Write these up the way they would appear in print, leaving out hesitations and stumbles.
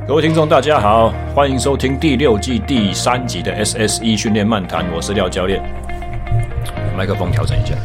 各位听众大家好，欢迎收听第6季第3集的 SSE 训练漫谈，我是廖教练。麦克风调整一下。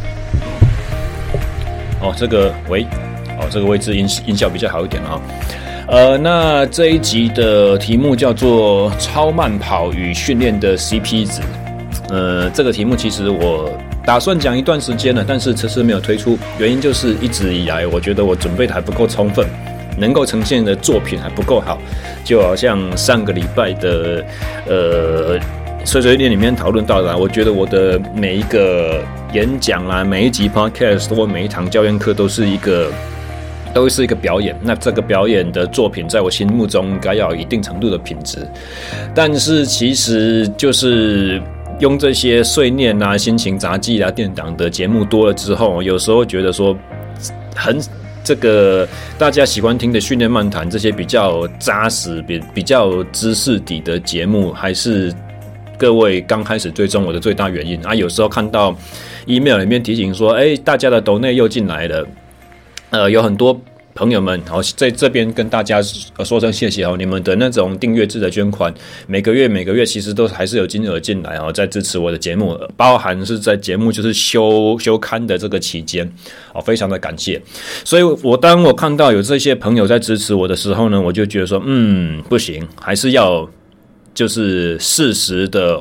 这个位置音效比较好一点啊。那这一集的题目叫做超慢跑与训练的 CP 值。这个题目其实我打算讲一段时间了，但是迟迟没有推出，原因就是一直以来我觉得我准备的还不够充分，能够呈现的作品还不够好，就好像上个礼拜的碎碎念里面讨论到的，我觉得我的每一个演讲啦，每一集 podcast 或每一堂教练课都是一个表演。那这个表演的作品在我心目中应该要有一定程度的品质，但是其实就是用这些碎念啊、心情杂技啊、电档的节目多了之后，有时候觉得说这个大家喜欢听的训练漫谈这些比较扎实、比较知识底的节目，还是各位刚开始追踪我的最大原因啊。有时候看到 email 里面提醒说，大家的抖内又进来了，有很多朋友们，在这边跟大家说声谢谢，你们的那种订阅制的捐款，每个月其实都还是有金额进来，在支持我的节目，包含是在节目就是休刊的这个期间，非常的感谢。所以当我看到有这些朋友在支持我的时候呢，我就觉得说，不行，还是要就是适时的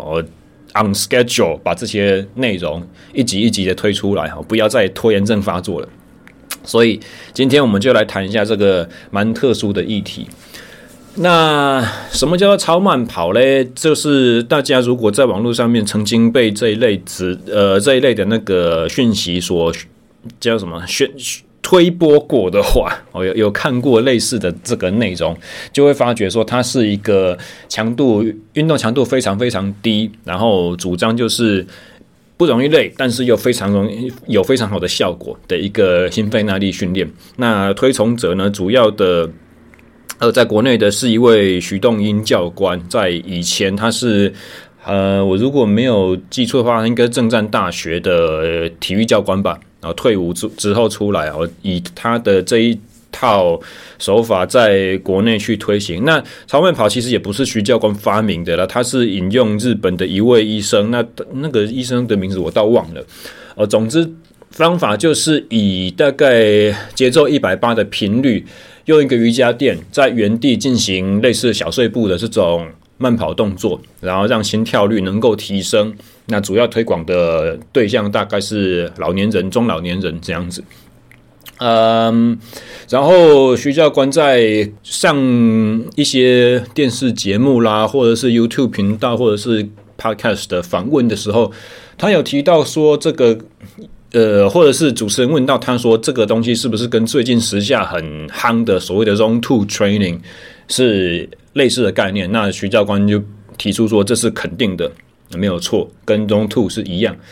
on schedule 把这些内容一集一集的推出来，不要再拖延症发作了。所以今天我们就来谈一下这个蛮特殊的议题。那什么叫做超慢跑呢？就是大家如果在网络上面曾经被这一类的那个讯息所叫什么推播过的话，有看过类似的这个内容，就会发觉说它是一个运动强度非常非常低，然后主张就是不容易累，但是又非常好的效果的一个心肺耐力训练。那推崇者呢，主要的在国内的是一位徐栋英教官，在以前他是我如果没有记错的话，应该正战大学的体育教官吧，然后退伍之后出来，以他的这一套手法在国内去推行。那超慢跑其实也不是徐教官发明的啦，他是引用日本的一位医生，那个医生的名字我倒忘了。总之方法就是以大概节奏180的频率，用一个瑜伽垫在原地进行类似小碎步的这种慢跑动作，然后让心跳率能够提升。那主要推广的对象大概是老年人、中老年人这样子。然后徐教官在上一些电视节目啦，或者是 YouTube 频道，或者是 Podcast 的访问的时候，他有提到说这个或者是主持人问到他说这个东西是不是跟最近时下很夯的所谓的 Zone 2 Training 是类似的概念，那徐教官就提出说这是肯定的，没有错，跟 Zone 2是一样。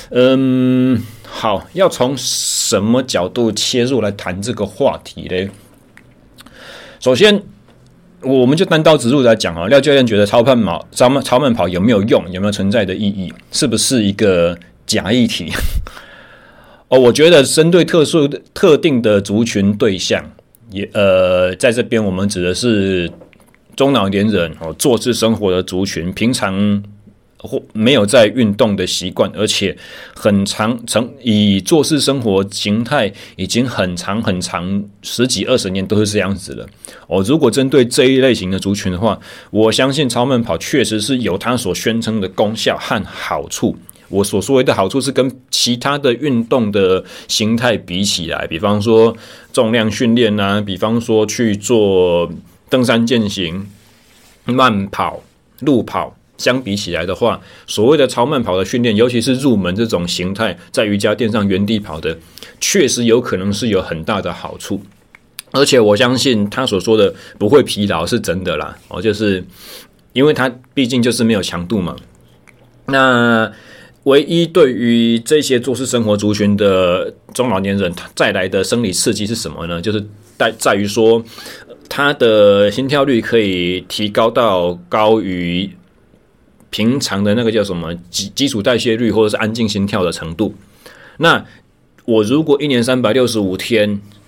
好，要从什么角度切入来谈这个话题呢？首先，我们就单刀直入来讲廖教练觉得超慢跑有没有用，有没有存在的意义，是不是一个假议题？我觉得针对特定的族群对象，在这边我们指的是中老年人坐式生活的族群，平常没有在运动的习惯，而且以坐式生活形态已经很长10几20年都是这样子了。如果针对这一类型的族群的话，我相信超慢跑确实是有它所宣称的功效和好处。我所说的好处是跟其他的运动的形态比起来，比方说重量训练啊，比方说去做登山健行、慢跑、路跑，相比起来的话，所谓的超慢跑的训练，尤其是入门这种形态，在瑜伽垫上原地跑的，确实有可能是有很大的好处。而且我相信他所说的不会疲劳是真的啦，就是因为他毕竟就是没有强度嘛。那唯一对于这些坐式生活族群的中老年人再来的生理刺激是什么呢？就是在于说他的心跳率可以提高到高于平常的那个叫什么基础代谢率或者是安静心跳的程度。那我如果1年365天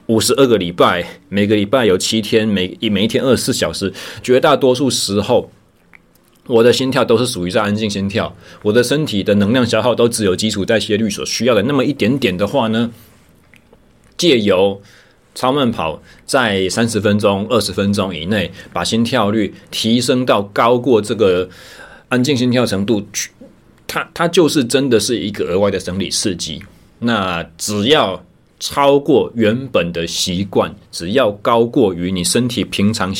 52个礼拜，每个礼拜有7天，每一天24小时，绝大多数时候我的心跳都是属于在安静心跳，我的身体的能量消耗都只有基础代谢率所需要的那么一点点的话呢，借由超慢跑在30分钟、20分钟以内，把心跳率提升到高过这个安静心跳程度，它就是真的是一个额外的生理刺激。那只要超过原本的习惯，只要高过于你身体平常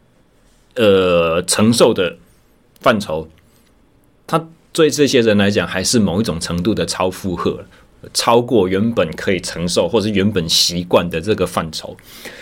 承受的范畴，它对这些人来讲还是某一种程度的超负荷，超过原本可以承受或是原本习惯的这个范畴。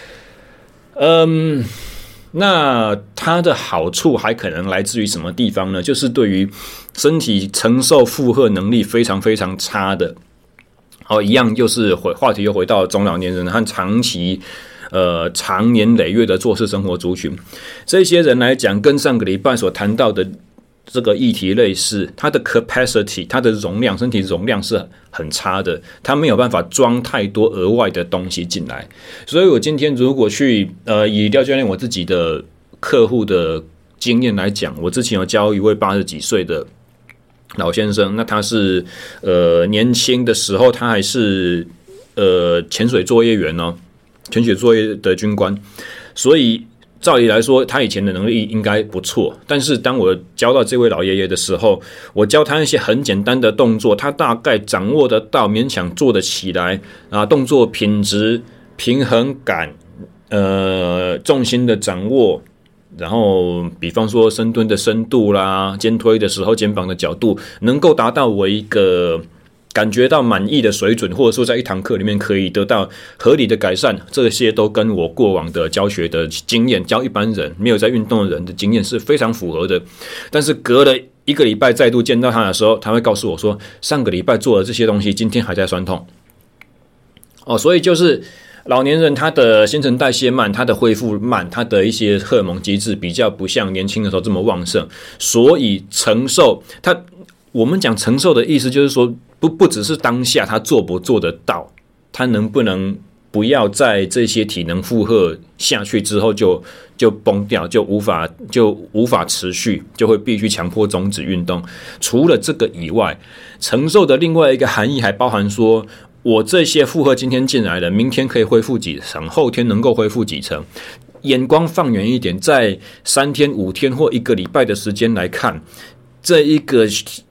那它的好处还可能来自于什么地方呢？就是对于身体承受负荷能力非常非常差的，一样就是话题又回到中老年人和长年累月的做事生活族群，这些人来讲，跟上个礼拜所谈到的这个议题类似，它的 capacity， 它的容量，身体容量是很差的，它没有办法装太多额外的东西进来。所以我今天如果去以廖教练我自己的客户的经验来讲，我之前有教一位80几岁的老先生，那他是年轻的时候他还是潜水作业员哦，潜水作业的军官，所以照理来说，他以前的能力应该不错，但是当我教到这位老爷爷的时候，我教他一些很简单的动作，他大概掌握得到，勉强做得起来啊，动作品质、平衡感、重心的掌握，然后比方说深蹲的深度啦，肩推的时候肩膀的角度，能够达到我一个感觉到满意的水准，或者说在一堂课里面可以得到合理的改善，这些都跟我过往的教学的经验，教一般人没有在运动的人的经验是非常符合的。但是隔了1个礼拜再度见到他的时候，他会告诉我说，上个礼拜做的这些东西今天还在酸痛。所以就是老年人他的新陈代谢慢，他的恢复慢，他的一些荷尔蒙机制比较不像年轻的时候这么旺盛，所以承受我们讲承受的意思就是说，不只是当下他做不做得到，他能不能不要在这些体能负荷下去之后就崩掉，就无法持续，就会必须强迫终止运动。除了这个以外，承受的另外一个含义还包含说，我这些负荷今天进来了，明天可以恢复几成，后天能够恢复几成。眼光放远一点，在3天、5天或1个礼拜的时间来看，这一个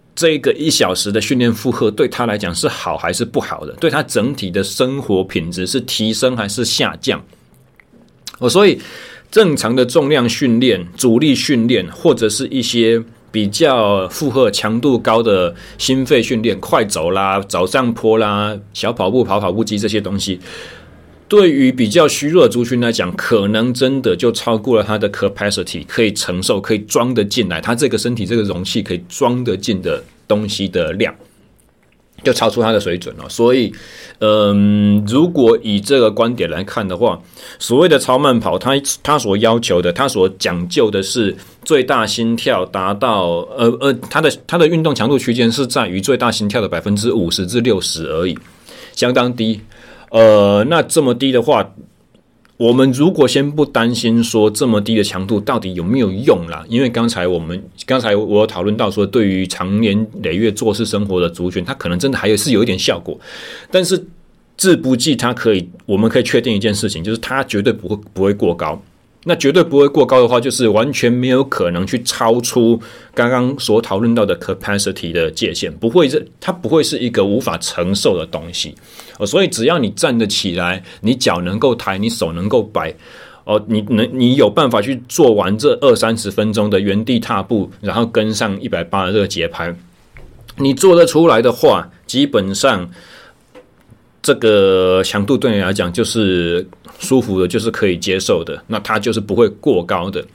1小时的训练负荷对他来讲是好还是不好的？对他整体的生活品质是提升还是下降？所以正常的重量训练、阻力训练，或者是一些比较负荷强度高的心肺训练，快走啦、早上坡啦、小跑步、跑步机这些东西，对于比较虚弱的族群来讲，可能真的就超过了他的 capacity， 可以承受、可以装得进来，他这个身体这个容器可以装得进的东西的量，就超出他的水准了。所以，如果以这个观点来看的话，所谓的超慢跑，他所要求的，他所讲究的是最大心跳达到他的运动强度区间是在于最大心跳的50%至60%而已，相当低。那这么低的话，我们如果先不担心说这么低的强度到底有没有用啦，因为刚才我有讨论到说，对于长年累月做事生活的族群，它可能真的还是有一点效果，但是志不计我们可以确定一件事情，就是它绝对不会过高。那绝对不会过高的话，就是完全没有可能去超出刚刚所讨论到的 capacity 的界限，它不会是一个无法承受的东西。所以只要你站得起来，你脚能够抬，你手能够摆，你有办法去做完这20-30分钟的原地踏步，然后跟上180的这个节拍，你做得出来的话，基本上这个强度对你来讲就是舒服的，就是可以接受的，那它就是不会过高的。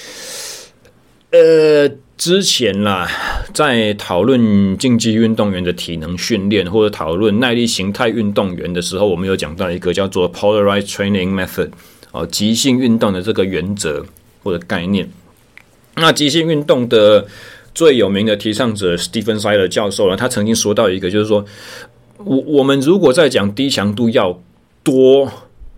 之前啦，在讨论竞技运动员的体能训练，或者讨论耐力形态运动员的时候，我们有讲到一个叫做 Polarized Training Method， 即兴运动的这个原则或者概念。那即兴运动的最有名的提倡者 Stephen Seiler 教授呢，他曾经说到一个，就是说我们如果在讲低强度要多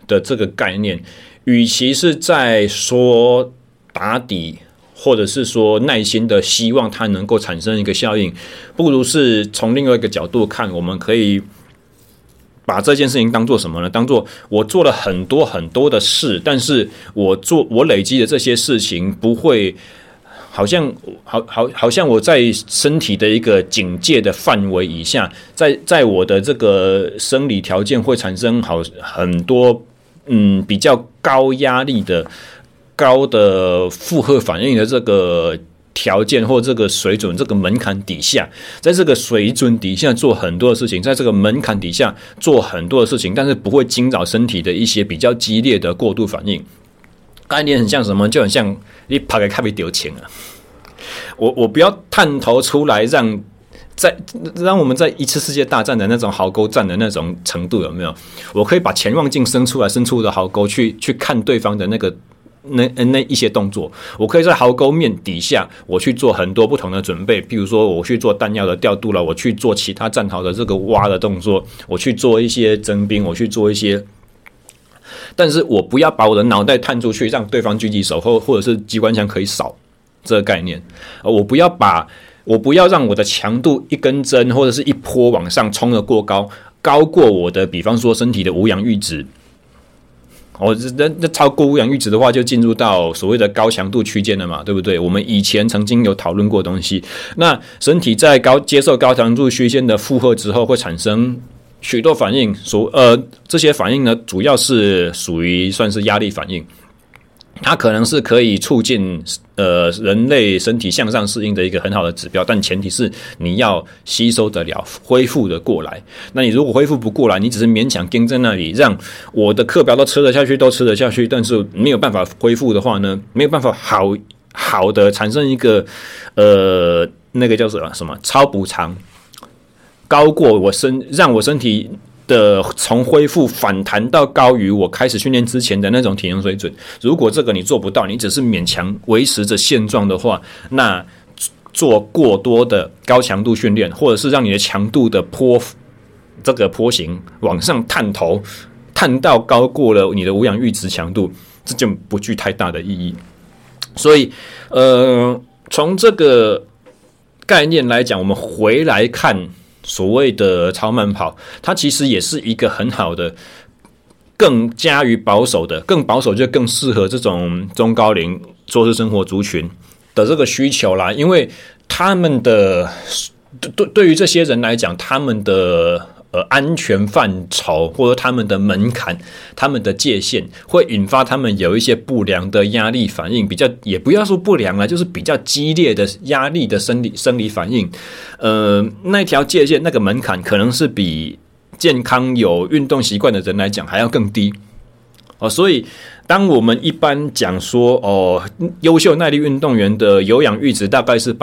的这个概念，与其是在说打底，或者是说耐心的希望它能够产生一个效应，不如是从另外一个角度看，我们可以把这件事情当做什么呢？当做我做了很多很多的事，但是我累积的这些事情不会好像我在身体的一个警戒的范围以下，在我的这个生理条件会产生很多比较高压力的高的负荷反应的这个条件或这个水准这个门槛底下，在这个水准底下做很多的事情，在这个门槛底下做很多的事情，但是不会惊扰身体的一些比较激烈的过度反应。概念很像什么？就很像你拍个咖啡丢钱啊！我不要探头出来让我们在一次世界大战的那种壕沟战的那种程度有没有？我可以把潜望镜伸出来，伸出的壕沟去看对方的那一些动作，我可以在壕沟面底下，我去做很多不同的准备，譬如说我去做弹药的调度了，我去做其他战壕的这个挖的动作，我去做一些征兵，我去做一些。但是我不要把我的脑袋探出去，让对方狙击手或者是机关枪可以扫这个概念。我不要让我的强度一根针或者是一波往上冲得过高，高过我的，比方说身体的无氧阈值。那超过无氧阈值的话，就进入到所谓的高强度区间了嘛，对不对？我们以前曾经有讨论过东西。那身体在接受高强度区间的负荷之后，会产生许多反应，这些反应呢，主要是属于算是压力反应，它可能是可以促进人类身体向上适应的一个很好的指标，但前提是你要吸收得了，恢复得过来。那你如果恢复不过来，你只是勉强盯在那里，让我的课表都吃得下去，但是没有办法恢复的话呢，没有办法好的产生一个那个叫什么超补偿，高过让我身体的从恢复反弹到高于我开始训练之前的那种体能水准。如果这个你做不到，你只是勉强维持着现状的话，那做过多的高强度训练，或者是让你的强度的这个波形往上探到高过了你的无氧阈值强度，这就不具太大的意义。所以从这个概念来讲，我们回来看所谓的超慢跑，它其实也是一个很好的更加于保守的，更保守就更适合这种中高龄坐式生活族群的这个需求啦。因为他们的对于这些人来讲，他们的安全范畴或者他们的门槛，他们的界限会引发他们有一些不良的压力反应，也不要说不良啦，就是比较激烈的压力的生理反应。那条界限那个门槛可能是比健康有运动习惯的人来讲还要更低。所以当我们一般讲说优秀耐力运动员的有氧阈值大概是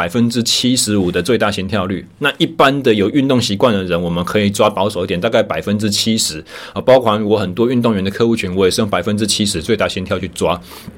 75% 的最大心跳率，那一般的有运动习惯的人，我们可以抓保守一点，大概 70%，包括我很多运动员的客户群，我也是用 70% 最大心跳去抓。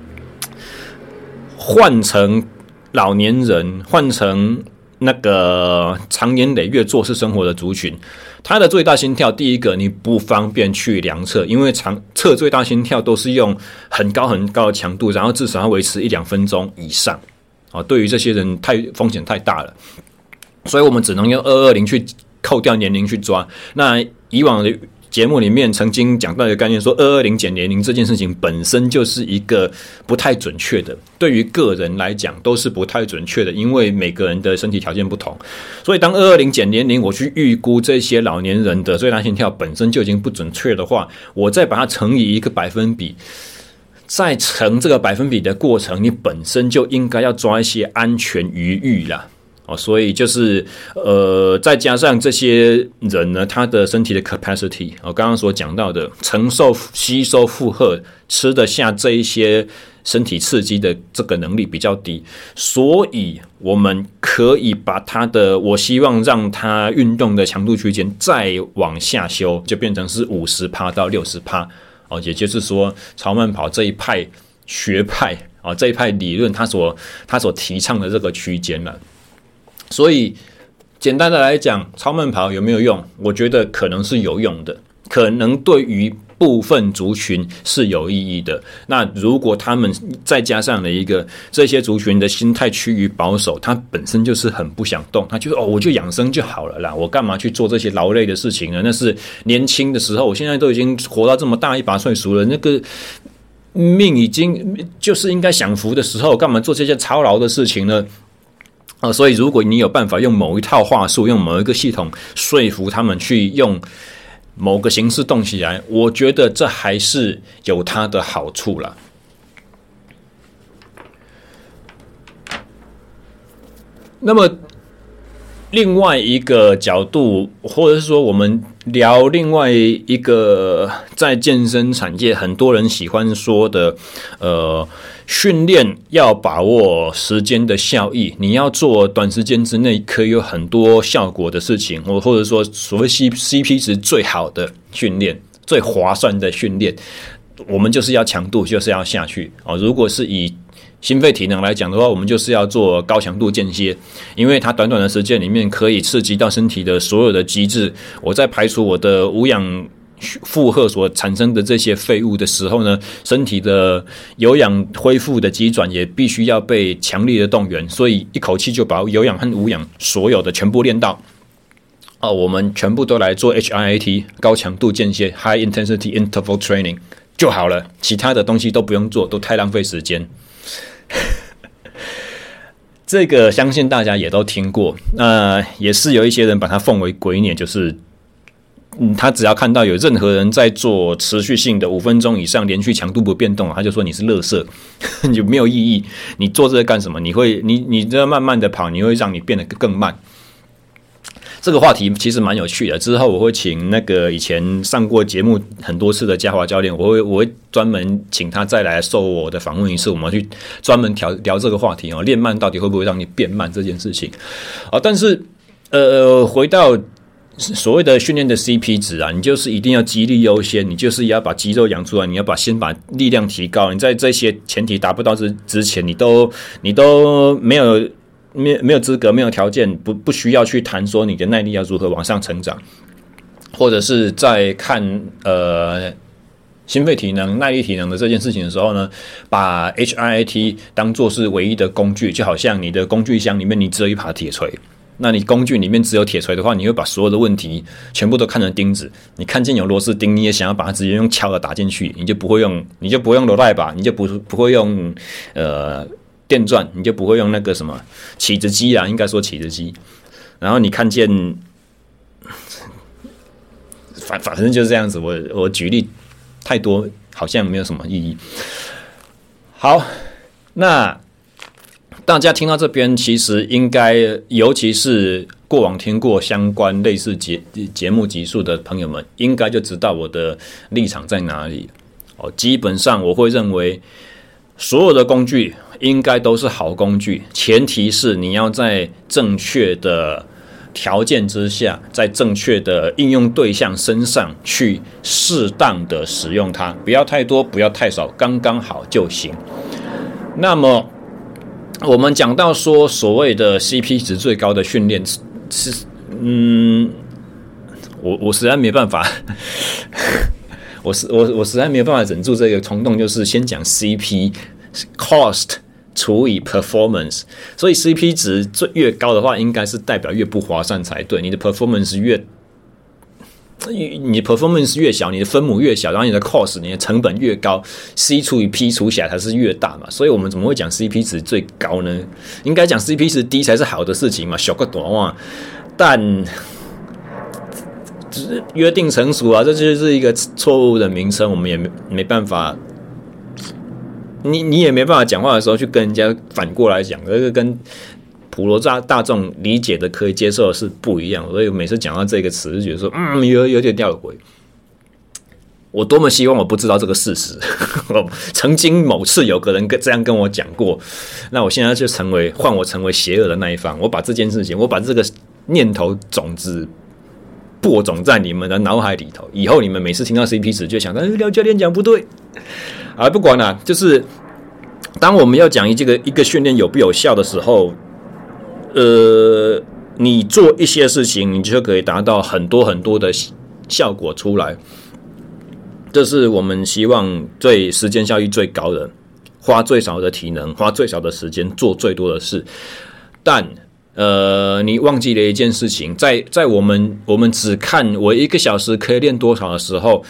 换成老年人，换成那个长年累月坐式生活的族群，他的最大心跳，第一个你不方便去量测，因为测最大心跳都是用很高很高的强度，然后至少要维持1-2分钟以上。对于这些人风险太大了，所以我们只能用220去扣掉年龄去抓。那以往的节目里面曾经讲到一个概念，说220减年龄这件事情本身就是一个不太准确的，对于个人来讲都是不太准确的，因为每个人的身体条件不同。所以当220减年龄，我去预估这些老年人的最大心跳本身就已经不准确的话，我再把它乘以一个百分比，再乘这个百分比的过程，你本身就应该要抓一些安全余裕啦。所以就是再加上这些人呢，他的身体的 capacity， 我刚刚所讲到的承受、吸收、负荷、吃得下这一些身体刺激的这个能力比较低，所以我们可以把我希望让他运动的强度区间再往下修，就变成是 50% 到 60%。也就是说，超慢跑这一派学派这一派理论，他所提倡的这个区间了。所以简单的来讲，超慢跑有没有用？我觉得可能是有用的，可能对于部分族群是有意义的。那如果他们再加上了一个这些族群的心态趋于保守，他本身就是很不想动，他就是我就养生就好了啦，我干嘛去做这些劳累的事情呢？那是年轻的时候，我现在都已经活到这么大一把岁数了，那个命已经就是应该享福的时候，干嘛做这些操劳的事情呢？所以如果你有办法用某一套话术，用某一个系统说服他们去用某个形式动起来，我觉得这还是有它的好处啦。那么另外一个角度，或者是说我们聊另外一个在健身产业很多人喜欢说的训练要把握时间的效益，你要做短时间之内可以有很多效果的事情，或者说所谓 CP 值最好的训练，最划算的训练，我们就是要强度，就是要下去。如果是以心肺体能来讲的话，我们就是要做高强度间歇，因为它短短的时间里面可以刺激到身体的所有的机制。我在排除我的无氧负荷所产生的这些废物的时候呢，身体的有氧恢复的机转也必须要被强力的动员，所以一口气就把有氧和无氧所有的全部练到。我们全部都来做 HIIT 高强度间歇 High Intensity Interval Training 就好了，其他的东西都不用做，都太浪费时间。这个相信大家也都听过，也是有一些人把它奉为圭臬，就是他只要看到有任何人在做持续性的5分钟以上连续强度不变动，他就说你是垃圾，你没有意义，你做这个干什么？你这慢慢的跑，你会让你变得更慢。这个话题其实蛮有趣的，之后我会请那个以前上过节目很多次的嘉华教练，我会专门请他再来受我的访问一次，我们去专门聊这个话题练慢到底会不会让你变慢这件事情。但是回到所谓的训练的 CP 值你就是一定要肌力优先，你就是要把肌肉养出来，你要先把力量提高，你在这些前提达不到之前，你都没有资格，没有条件，不需要去谈说你的耐力要如何往上成长，或者是在看心肺体能、耐力体能的这件事情的时候呢，把 HIIT 当作是唯一的工具，就好像你的工具箱里面你只有一把铁锤，那你工具里面只有铁锤的话，你会把所有的问题全部都看成钉子，你看见有螺丝钉，你也想要把它直接用敲的打进去，你就不会用螺带把，你就不会用电钻，你就不会用那个什么起子机应该说起子机。然后你看见，反正就是这样子。我举例太多，好像没有什么意义。好，那大家听到这边，其实应该，尤其是过往听过相关类似节目集数的朋友们，应该就知道我的立场在哪里。基本上我会认为，所有的工具应该都是好工具，前提是你要在正确的条件之下，在正确的应用对象身上去适当的使用它，不要太多，不要太少，刚刚好就行。那么我们讲到说所谓的 CP 值最高的训练是我实在没办法我实在没有办法忍住这个冲动，就是先讲 CP cost 除以 performance， 所以 CP 值越高的话，应该是代表越不划算才对。你的 performance 越小，你的分母越小，然后你的 cost 你的成本越高 ，C 除以 P 除起来才是越大嘛。所以我们怎么会讲 CP 值最高呢？应该讲 CP 值低才是好的事情嘛，小个短话，但只是约定成熟这就是一个错误的名称，我们也没办法。你也没办法讲话的时候去跟人家反过来讲，这个跟普罗大众理解的可以接受的是不一样，所以每次讲到这个词就觉得说有点掉了回。我多么希望我不知道这个事实曾经某次有个人这样跟我讲过，那我现在就换我成为邪恶的那一方，我把这件事情，我把这个念头种子播种在你们的脑海里头，以后你们每次听到 CP 值就想到廖教练讲不对不管啦，就是当我们要讲一个训练有不有效的时候，你做一些事情，你就可以达到很多很多的效果出来。 这是我们希望最时间效益最高的，花最少的体能，花最少的时间，做最多的事。但你忘记了一件事情，在我们只看我1个小时可以练多少的时候，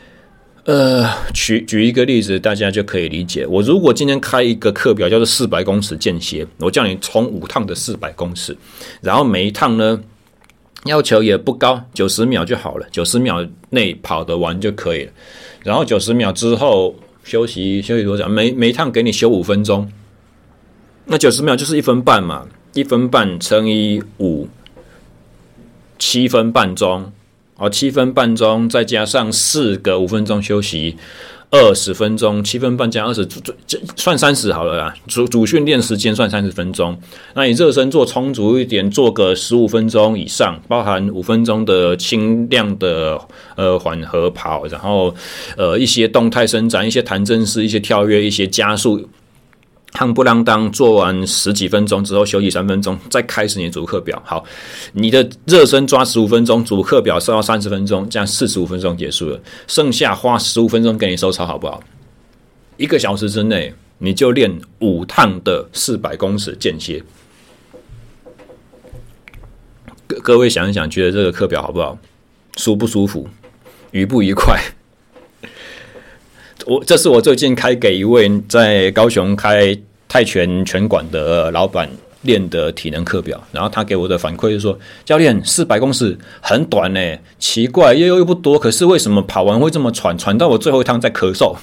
举一个例子，大家就可以理解。我如果今天开一个课表叫做400公尺间歇，我叫你冲5趟的400公尺，然后每一趟呢要求也不高，90秒就好了，90秒内跑得完就可以了。然后90秒之后休息多少？每一趟给你休5分钟，那90秒就是1分半嘛，1分半乘以5， 7分半钟。7分半钟再加上4个5分钟休息，20分钟，7分半加20，算30好了啦。主训练时间算30分钟，那你热身做充足一点，做个15分钟以上，包含5分钟的轻量的缓和跑，然后一些动态伸展，一些弹正式，一些跳跃，一些加速。夯不啷当做完10几分钟之后休息3分钟，再开始你的主课表。好，你的热身抓15分钟，主课表收到30分钟，这样45分钟结束了，剩下花15分钟给你收操，好不好？1个小时之内你就练5趟的400公尺间歇。各位想一想，觉得这个课表好不好？舒不舒服？愉不愉快？这是我最近开给一位在高雄开泰拳拳馆的老板练的体能课表，然后他给我的反馈是说，教练400公尺很短耶，奇怪又不多，可是为什么跑完会这么喘到我最后一趟在咳嗽？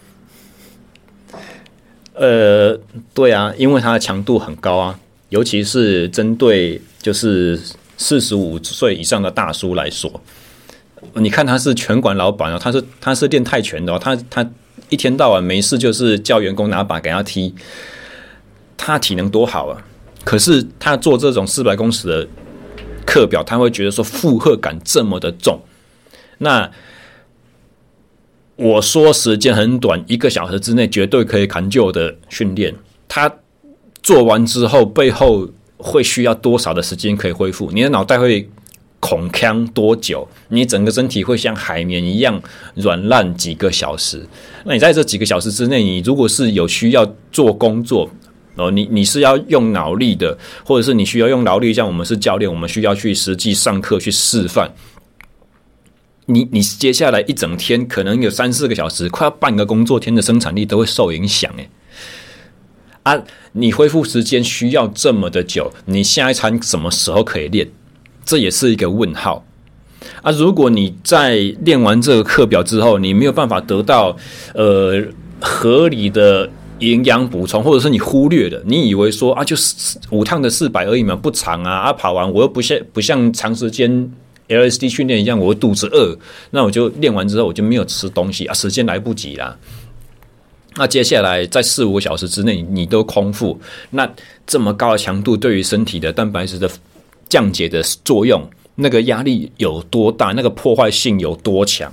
对啊，因为它的强度很高啊，尤其是针对就是45岁以上的大叔来说。你看他是拳馆老板哦，他是练泰拳的哦，他一天到晚没事就是叫员工拿把给他踢，他体能多好啊！可是他做这种400公尺的课表，他会觉得说负荷感这么的重。那我说时间很短，1个小时之内绝对可以砍就的训练，他做完之后背后会需要多少的时间可以恢复？你的脑袋会恐腔多久？你整个身体会像海绵一样软烂几个小时？那你在这几个小时之内，你如果是有需要做工作，你是要用脑力的，或者是你需要用劳力，像我们是教练，我们需要去实际上课去示范。你接下来一整天可能有3-4个小时，快要半个工作天的生产力都会受影响你恢复时间需要这么的久，你下一餐什么时候可以练？这也是一个问号如果你在练完这个课表之后，你没有办法得到合理的营养补充，或者是你忽略的，你以为说就是5趟的400而已嘛，不长跑完我又不像长时间 LSD 训练一样，我会肚子饿，那我就练完之后我就没有吃东西时间来不及啦。那接下来在4-5个小时之内你都空腹，那这么高的强度对于身体的蛋白质的降解的作用，那个压力有多大，那个破坏性有多强？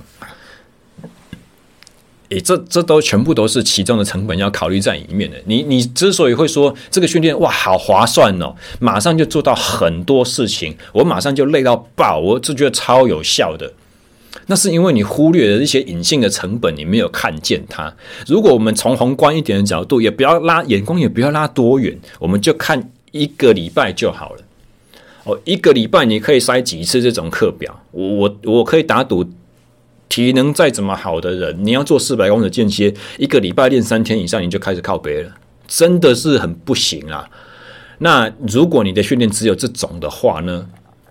这都全部都是其中的成本要考虑在里面的。你之所以会说这个训练哇好划算哦，马上就做到很多事情，我马上就累到爆，我就觉得超有效的。那是因为你忽略了一些隐性的成本，你没有看见它。如果我们从宏观一点的角度，也不要拉眼光，也不要拉多远，我们就看1个礼拜就好了。1个礼拜你可以塞几次这种课表？我可以打赌，体能再怎么好的人，你要做400公尺间歇，1个礼拜练3天以上，你就开始靠北了，真的是很不行啊。那如果你的训练只有这种的话呢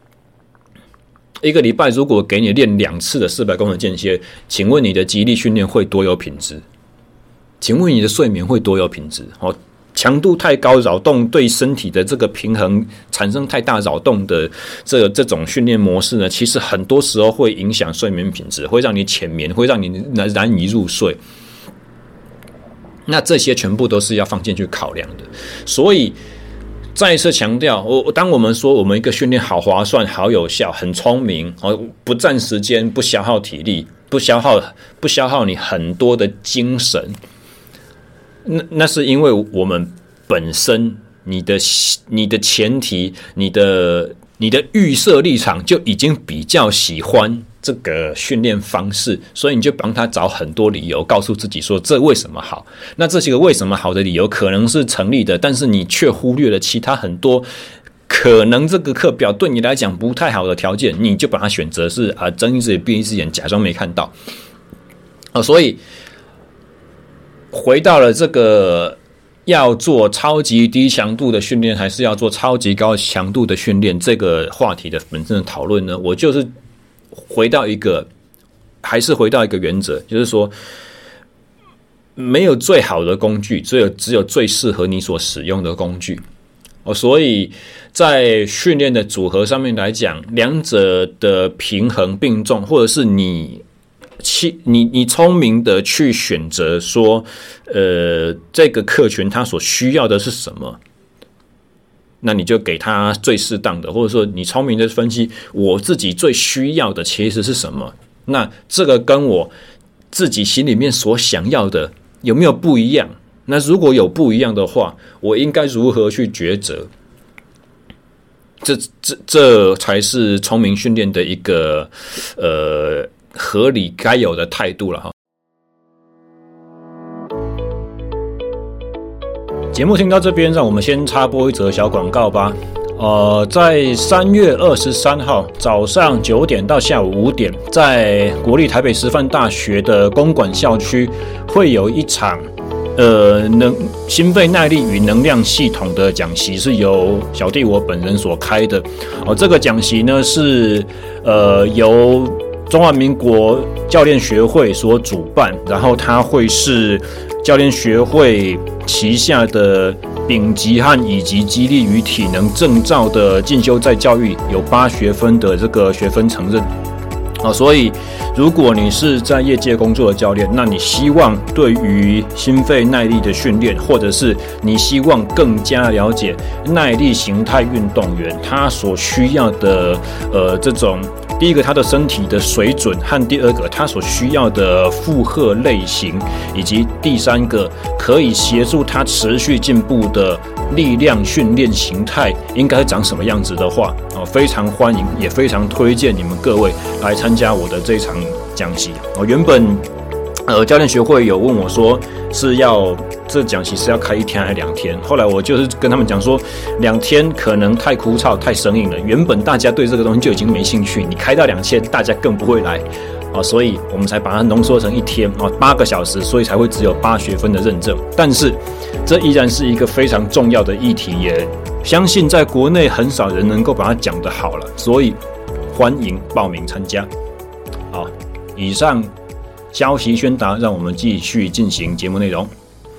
？1个礼拜如果给你练2次的400公尺间歇，请问你的肌力训练会多有品质？请问你的睡眠会多有品质？强度太高，扰动对身体的这个平衡产生太大扰动的这种训练模式呢，其实很多时候会影响睡眠品质，会让你浅眠，会让你难以入睡。那这些全部都是要放进去考量的。所以再一次强调，当我们说我们一个训练好划算、好有效、很聪明，不占时间、不消耗体力、不消耗你很多的精神。那是因为我们本身你的前提、你的你的预设立场就已经比较喜欢这个训练方式，所以你就帮他找很多理由，告诉自己说这为什么好。那这些个为什么好的理由可能是成立的，但是你却忽略了其他很多可能这个课表对你来讲不太好的条件，你就把它选择是睁一只眼闭一只眼，假装没看到。所以回到了这个要做超级低强度的训练还是要做超级高强度的训练这个话题的本身的讨论呢，我就是还是回到一个原则，就是说没有最好的工具，只有最适合你所使用的工具。所以在训练的组合上面来讲，两者的平衡并重，或者是你聪明的去选择说，这个客群他所需要的是什么，那你就给他最适当的，或者说你聪明的分析我自己最需要的其实是什么，那这个跟我自己心里面所想要的有没有不一样？那如果有不一样的话，我应该如何去抉择？这才是聪明训练的一个合理该有的态度了哈。节目听到这边，让我们先插播一则小广告吧。在3月23号早上9点到下午5点，在国立台北师范大学的公馆校区会有一场心肺耐力与能量系统的讲习，是由小弟我本人所开的。这个讲习呢是由中华民国教练学会所主办，然后它会是教练学会旗下的丙级和乙级肌力与体能证照的进修再教育，有8学分的这个学分承认。所以如果你是在业界工作的教练，那你希望对于心肺耐力的训练，或者是你希望更加了解耐力形态运动员他所需要的这种第一个他的身体的水准，和第二个他所需要的负荷类型，以及第三个可以协助他持续进步的力量训练形态应该长什么样子的话，非常欢迎，也非常推荐你们各位来参加我的这场讲习。原本教练学会有问我说这讲习是要开1天还是2天，后来我就是跟他们讲说2天可能太枯燥太生硬了，原本大家对这个东西就已经没兴趣，你开到2天大家更不会来，所以我们才把它浓缩成1天8个小时，所以才会只有8学分的认证。但是这依然是一个非常重要的议题，也相信在国内很少人能够把它讲得好了，所以欢迎报名参加。好，以上消息宣达，让我们继续进行节目内容。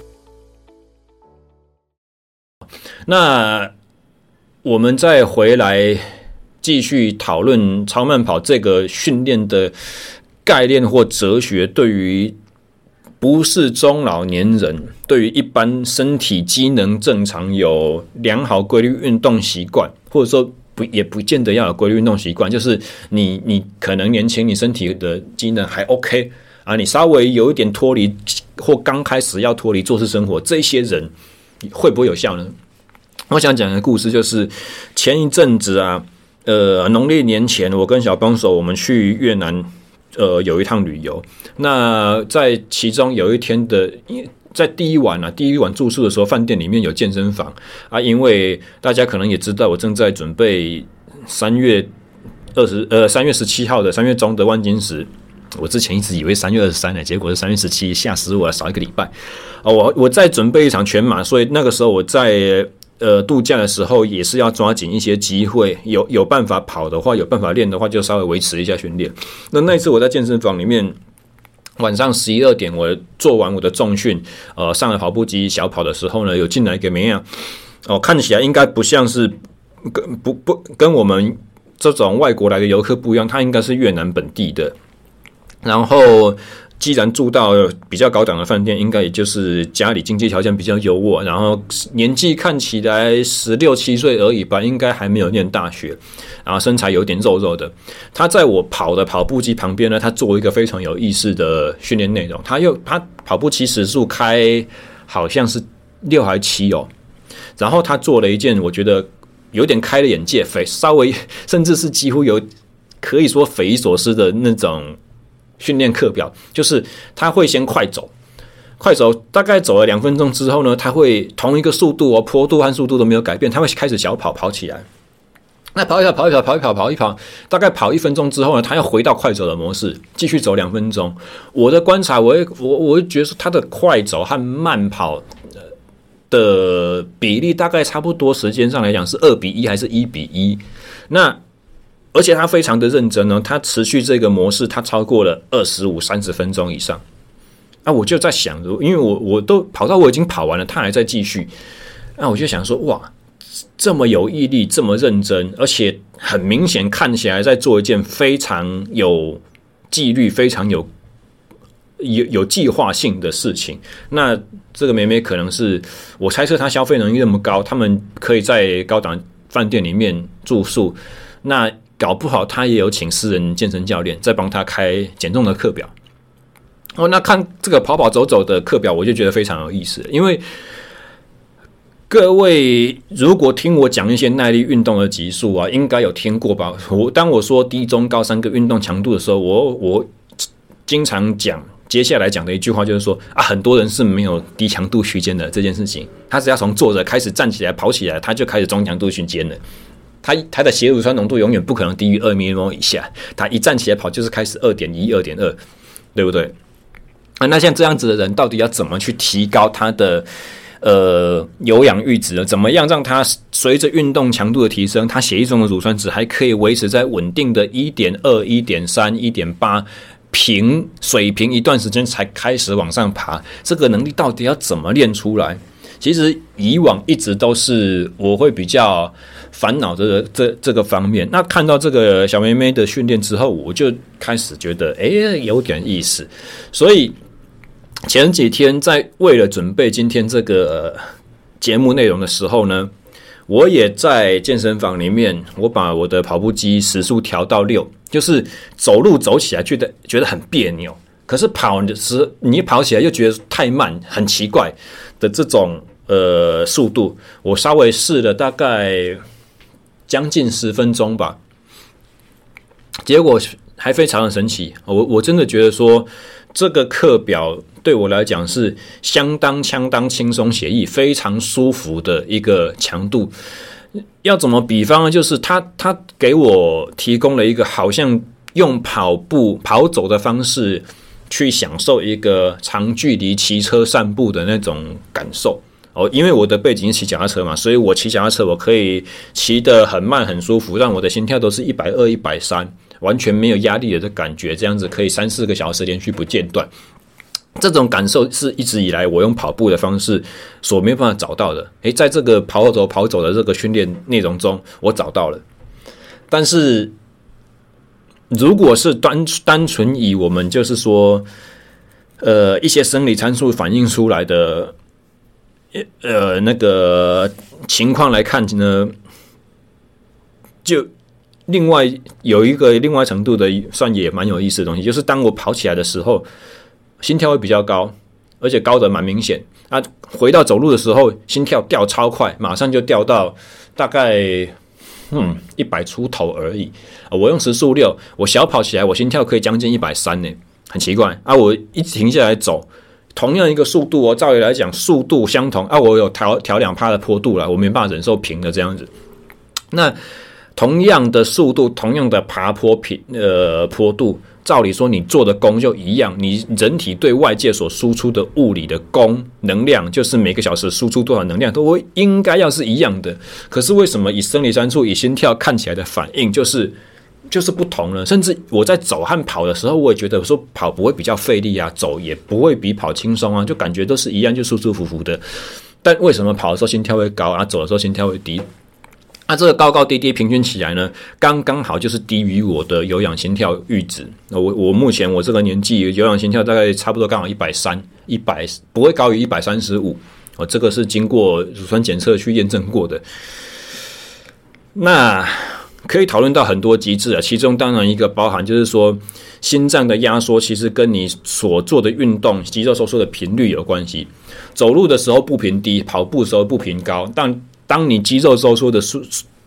那我们再回来继续讨论超慢跑这个训练的概念或哲学，对于不是中老年人，对于一般身体机能正常、有良好规律运动习惯，或者说也不见得要有规律运动习惯，就是你可能年轻，你身体的机能还 OK 你稍微有一点脱离，或刚开始要脱离坐式生活，这些人会不会有效呢？我想讲的故事就是前一阵子农历年前，我跟小帮手我们去越南有一趟旅游。那在其中有一天的，在第一晚住宿的时候，饭店里面有健身房因为大家可能也知道，我正在准备3月17号的3月中的万金石。我之前一直以为3月23呢，结果是3月17，吓死我了，少1个礼拜。我在准备一场全马，所以那个时候我在度假的时候也是要抓紧一些机会，有办法跑的话，有办法练的话，就稍微维持一下训练。那一次我在健身房里面，晚上11、2点，我做完我的重训，上了跑步机小跑的时候呢，有进来一个妹啊，看起来应该不像是跟我们这种外国来的游客不一样，他应该是越南本地的。然后既然住到比较高档的饭店，应该也就是家里经济条件比较优渥，然后年纪看起来16、17岁而已吧，应该还没有念大学，然后身材有点肉肉的。他在我跑的跑步机旁边呢，他做一个非常有意思的训练内容。他跑步机时速开好像是6还7然后他做了一件我觉得有点开了眼界，稍微甚至是几乎有可以说匪夷所思的那种训练课表，就是他会先快走大概走了2分钟之后呢，他会同一个速度坡度和速度都没有改变，他会开始小跑起来。那跑一跑，大概跑1分钟之后呢，他要回到快走的模式，继续走2分钟。我的观察，我会觉得说他的快走和慢跑的比例大概差不多，时间上来讲是2:1还是1:1。那而且他非常的认真呢，他持续这个模式，他超过了25-30分钟以上。我就在想，因为我都跑到我已经跑完了，他还在继续。我就想说，哇，这么有毅力，这么认真，而且很明显看起来在做一件非常有纪律、非常有计划性的事情。那这个妹妹可能是我猜测她消费能力那么高，他们可以在高档饭店里面住宿，那搞不好她也有请私人健身教练在帮她开减重的课表。那看这个跑走走的课表，我就觉得非常有意思，因为各位如果听我讲一些耐力运动的集数应该有听过吧？当我说低、中、高3个运动强度的时候，我经常讲，接下来讲的一句话就是说很多人是没有低强度区间的这件事情，他只要从坐着开始站起来跑起来，他就开始中强度区间了。他的血乳酸浓度永远不可能低于2 mmol 以下，他一站起来跑就是开始 2.1、2.2， 对不对？那像这样子的人，到底要怎么去提高他的有氧阈值呢？怎么样让他随着运动强度的提升，他血液中的乳酸值还可以维持在稳定的 1.2、1.3、1.8 水平一段时间才开始往上爬？这个能力到底要怎么练出来？其实以往一直都是我会比较烦恼的这个方面。那看到这个小妹妹的训练之后，我就开始觉得有点意思。所以前几天在为了准备今天这个节目内容的时候呢，我也在健身房里面，我把我的跑步机时速调到6，就是走路走起来觉得很别扭，可是跑的时候你跑起来又觉得太慢，很奇怪的这种速度，我稍微试了大概将近10分钟吧，结果还非常的神奇。我真的觉得说这个课表对我来讲是相当轻松写意，非常舒服的一个强度。要怎么比方呢？就是他给我提供了一个好像用跑走的方式去享受一个长距离骑车散步的那种感受。因为我的背景是骑脚踏车嘛，所以我骑脚踏车我可以骑得很慢很舒服，让我的心跳都是120、130，完全没有压力的感觉，这样子可以3-4个小时连续不间断。这种感受是一直以来我用跑步的方式所没有办法找到的。在这个跑走的这个训练内容中，我找到了。但是如果是单纯以我们就是说一些生理参数反映出来的那个情况来看呢，就另外有一个另外程度的算也蛮有意思的东西，就是当我跑起来的时候，心跳会比较高，而且高的蛮明显。回到走路的时候，心跳掉超快，马上就掉到大概100出头而已。我用时速6，我小跑起来，我心跳可以将近130呢，很奇怪我一停下来走。同样一个速度照理来讲速度相同我有调 2% 的坡度了，我没办法忍受平的这样子。那同样的速度，同样的爬坡坡度，照理说你做的功就一样，你人体对外界所输出的物理的功能量，就是每个小时输出多少能量，都应该要是一样的。可是为什么以生理参数、以心跳看起来的反应就是不同了？甚至我在走和跑的时候，我也觉得说跑不会比较费力走也不会比跑轻松就感觉都是一样，就舒舒服服的。但为什么跑的时候心跳会高走的时候心跳会低？这个高高低低平均起来呢，刚刚好就是低于我的有氧心跳阈值。我目前我这个年纪有氧心跳大概差不多刚好130，不会高于135。这个是经过乳酸检测去验证过的。那可以讨论到很多机制其中当然一个包含就是说心脏的压缩其实跟你所做的运动肌肉收缩的频率有关系。走路的时候步频低，跑步的时候步频高，当你肌肉收缩的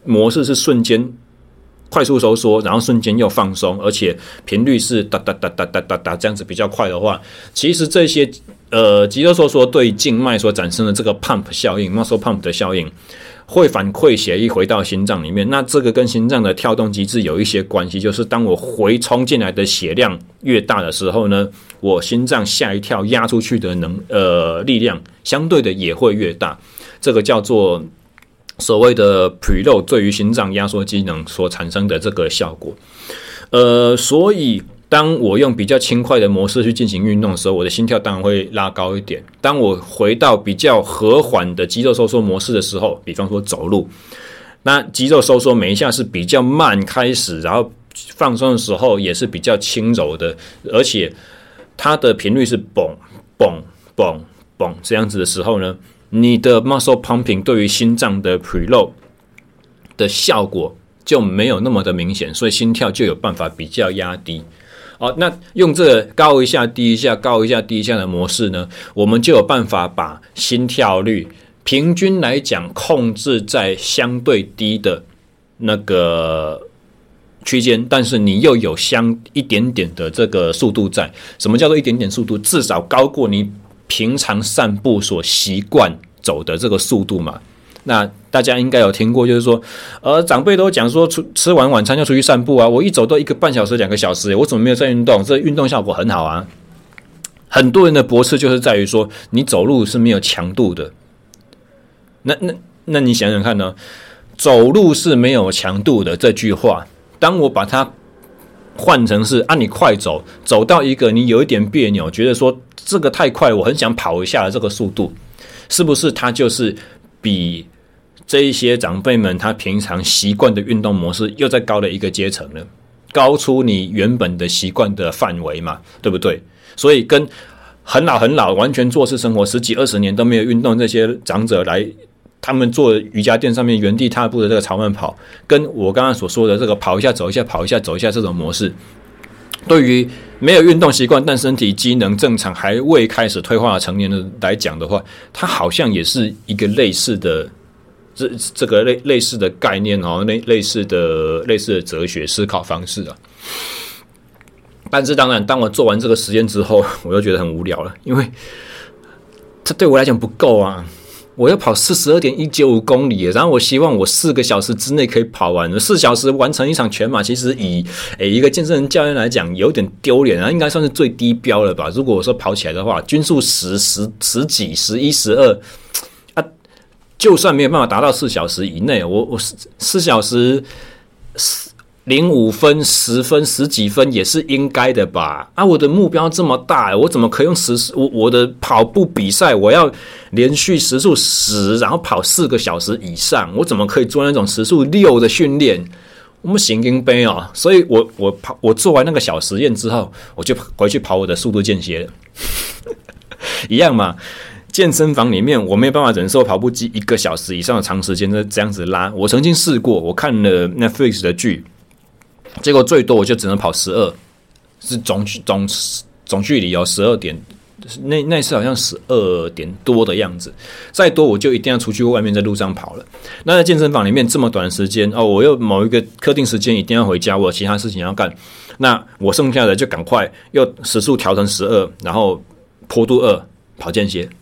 模式是瞬间快速收缩，然后瞬间又放松，而且频率是哒哒哒哒哒哒哒这样子比较快的话，其实这些肌肉收缩对静脉所产生的这个 pump 效应 muscle pump 的效应会反馈血液回到心脏里面，那这个跟心脏的跳动机制有一些关系，就是当我回冲进来的血量越大的时候呢，我心脏下一跳压出去的力量相对的也会越大，这个叫做所谓的 preload 对于心脏压缩机能所产生的这个效果。所以当我用比较轻快的模式去进行运动的时候，我的心跳当然会拉高一点。当我回到比较和缓的肌肉收缩模式的时候，比方说走路，那肌肉收缩每一下是比较慢开始，然后放松的时候也是比较轻柔的，而且它的频率是蹦蹦蹦蹦这样子的时候呢，你的 muscle pumping 对于心脏的 preload 的效果就没有那么的明显，所以心跳就有办法比较压低。那用这个高一下低一下高一下低一下的模式呢，我们就有办法把心跳率平均来讲控制在相对低的那个区间，但是你又有一点点的这个速度在。什么叫做一点点速度？至少高过你平常散步所习惯走的这个速度嘛。那大家应该有听过，就是说，长辈都讲说，吃完晚餐要出去散步啊。我一走都1个半小时、2个小时，我怎么没有在运动？这运动效果很好啊。很多人的驳斥就是在于说，你走路是没有强度的。那你想想看呢？走路是没有强度的这句话，当我把它换成是你快走，走到一个你有一点别扭，觉得说这个太快，我很想跑一下的这个速度，是不是它就是比这一些长辈们他平常习惯的运动模式又再高了一个阶层了，高出你原本的习惯的范围嘛，对不对？所以跟很老完全坐式生活10几20年都没有运动这些长者来，他们做瑜伽垫上面原地踏步的这个超慢跑，跟我刚刚所说的这个跑一下走一下跑一下走一下这种模式，对于没有运动习惯但身体机能正常还未开始退化的成年人来讲的话，它好像也是一个类似的这个类似的概念类似的哲学思考方式啊。但是当然，当我做完这个实验之后，我又觉得很无聊了，因为它对我来讲不够啊。我要跑42.195公里，然后我希望我4个小时之内可以跑完，4小时完成一场全马，其实以一个健身人教练来讲有点丢脸啊，应该算是最低标了吧。如果我说跑起来的话，均速十几、11、12啊，就算没有办法达到4小时以内，我4小时05分、10分、10几分也是应该的吧？我的目标这么大，我怎么可以用我的跑步比赛，我要连续时速10，然后跑4个小时以上，我怎么可以做那种时速6的训练？我们神经病哦！所以我做完那个小实验之后，我就回去跑我的速度间歇了，一样嘛。健身房里面我没有办法忍受跑步机1个小时以上的长时间这样子拉。我曾经试过，我看了 Netflix 的剧，结果最多我就只能跑12，是总距离12点，那次好像12点多的样子，再多我就一定要出去外面在路上跑了。那在健身房里面这么短的时间我又某一个特定时间一定要回家，我有其他事情要干，那我剩下的就赶快又时速调成12，然后坡度2跑间歇。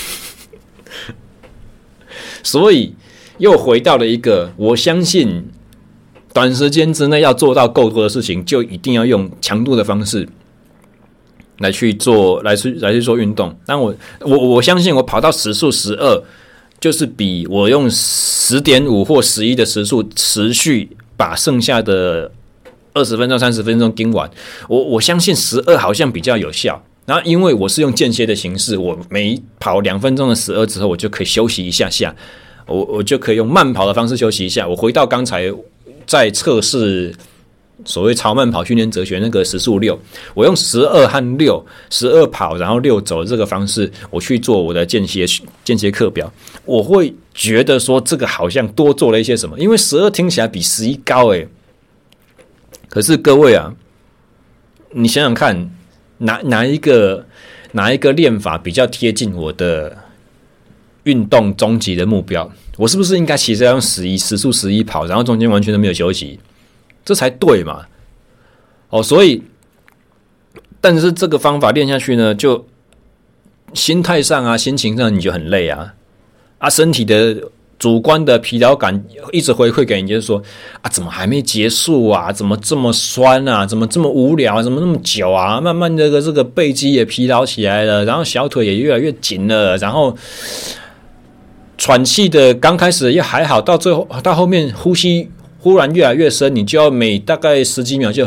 所以又回到了一个，我相信短时间之内要做到够多的事情，就一定要用强度的方式来去做运动。但我相信我跑到时速12，就是比我用10.5或11的时速持续把剩下的20分钟、30分钟盯完。我相信12好像比较有效。然后因为我是用间歇的形式，我每跑2分钟的12之后，我就可以休息一下下，我就可以用慢跑的方式休息一下。我回到刚才在测试所谓超慢跑训练哲学那个时速6，我用12和6，12跑然后6走的这个方式，我去做我的间歇课表，我会觉得说这个好像多做了一些什么，因为12听起来比11高可是各位啊，你想想看。哪一个练法比较贴近我的运动终极的目标？ 我是不是应该其实要用时速11跑，然后中间完全都没有休息，这才对嘛？所以，但是这个方法练下去呢，就心态上啊、心情上你就很累啊，身体的主观的疲劳感一直回馈给你，就是说怎么还没结束啊？怎么这么酸啊？怎么这么无聊啊？怎么那么久啊？慢慢的这个背肌也疲劳起来了，然后小腿也越来越紧了，然后喘气的刚开始也还好，到后面呼吸忽然越来越深，你就要每大概10几秒就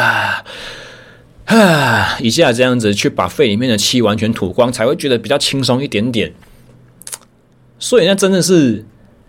一下这样子去把肺里面的气完全吐光，才会觉得比较轻松一点点。所以那真的是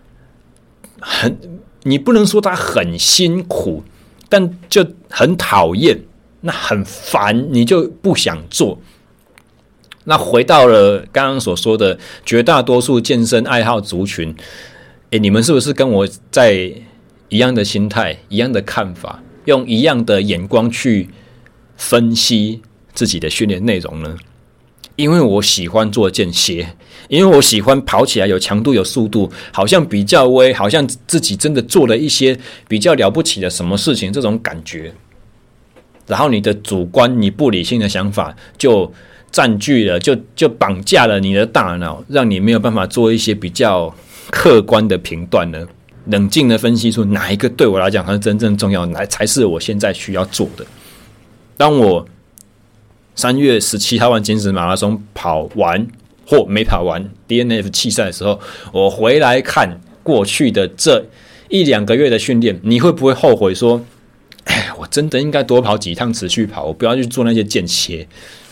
你不能说它很辛苦，但就很讨厌，那很烦，你就不想做。那回到了刚刚所说的绝大多数健身爱好族群，你们是不是跟我在一样的心态、一样的看法，用一样的眼光去分析自己的训练内容呢？因为我喜欢做间歇，因为我喜欢跑起来有强度有速度，好像比较威，好像自己真的做了一些比较了不起的什么事情，这种感觉。然后你的主观、你不理性的想法就占据了，就绑架了你的大脑，让你没有办法做一些比较客观的评断呢，冷静的分析出哪一个对我来讲是真正重要的，才是我现在需要做的。当我3月17号金石马拉松跑完或没跑完 DNF 弃赛的时候，我回来看过去的这1-2个月的训练，你会不会后悔说，我真的应该多跑几趟持续跑，我不要去做那些间歇？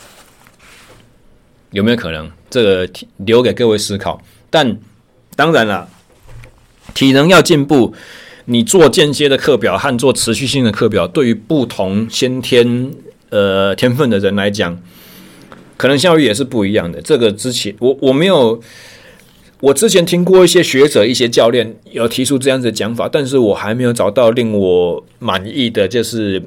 有没有可能？这个留给各位思考。但当然啦，体能要进步，你做间歇的课表和做持续性的课表，对于不同先天天分的人来讲，可能效率也是不一样的。这个之前我没有，我之前听过一些学者、一些教练有提出这样子的讲法，但是我还没有找到令我满意的，就是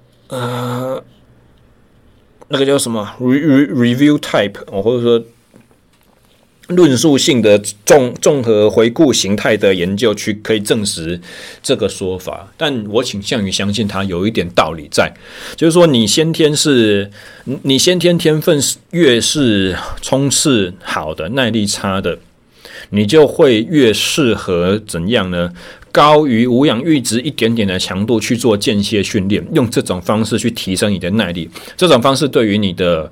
那个叫什么 review type， 或者说论述性的综合回顾形态的研究去可以证实这个说法，但我倾向于相信它有一点道理在，就是说你先天天分越是冲刺好的、耐力差的，你就会越适合怎样呢？高于无氧阈值一点点的强度去做间歇训练，用这种方式去提升你的耐力。这种方式对于你的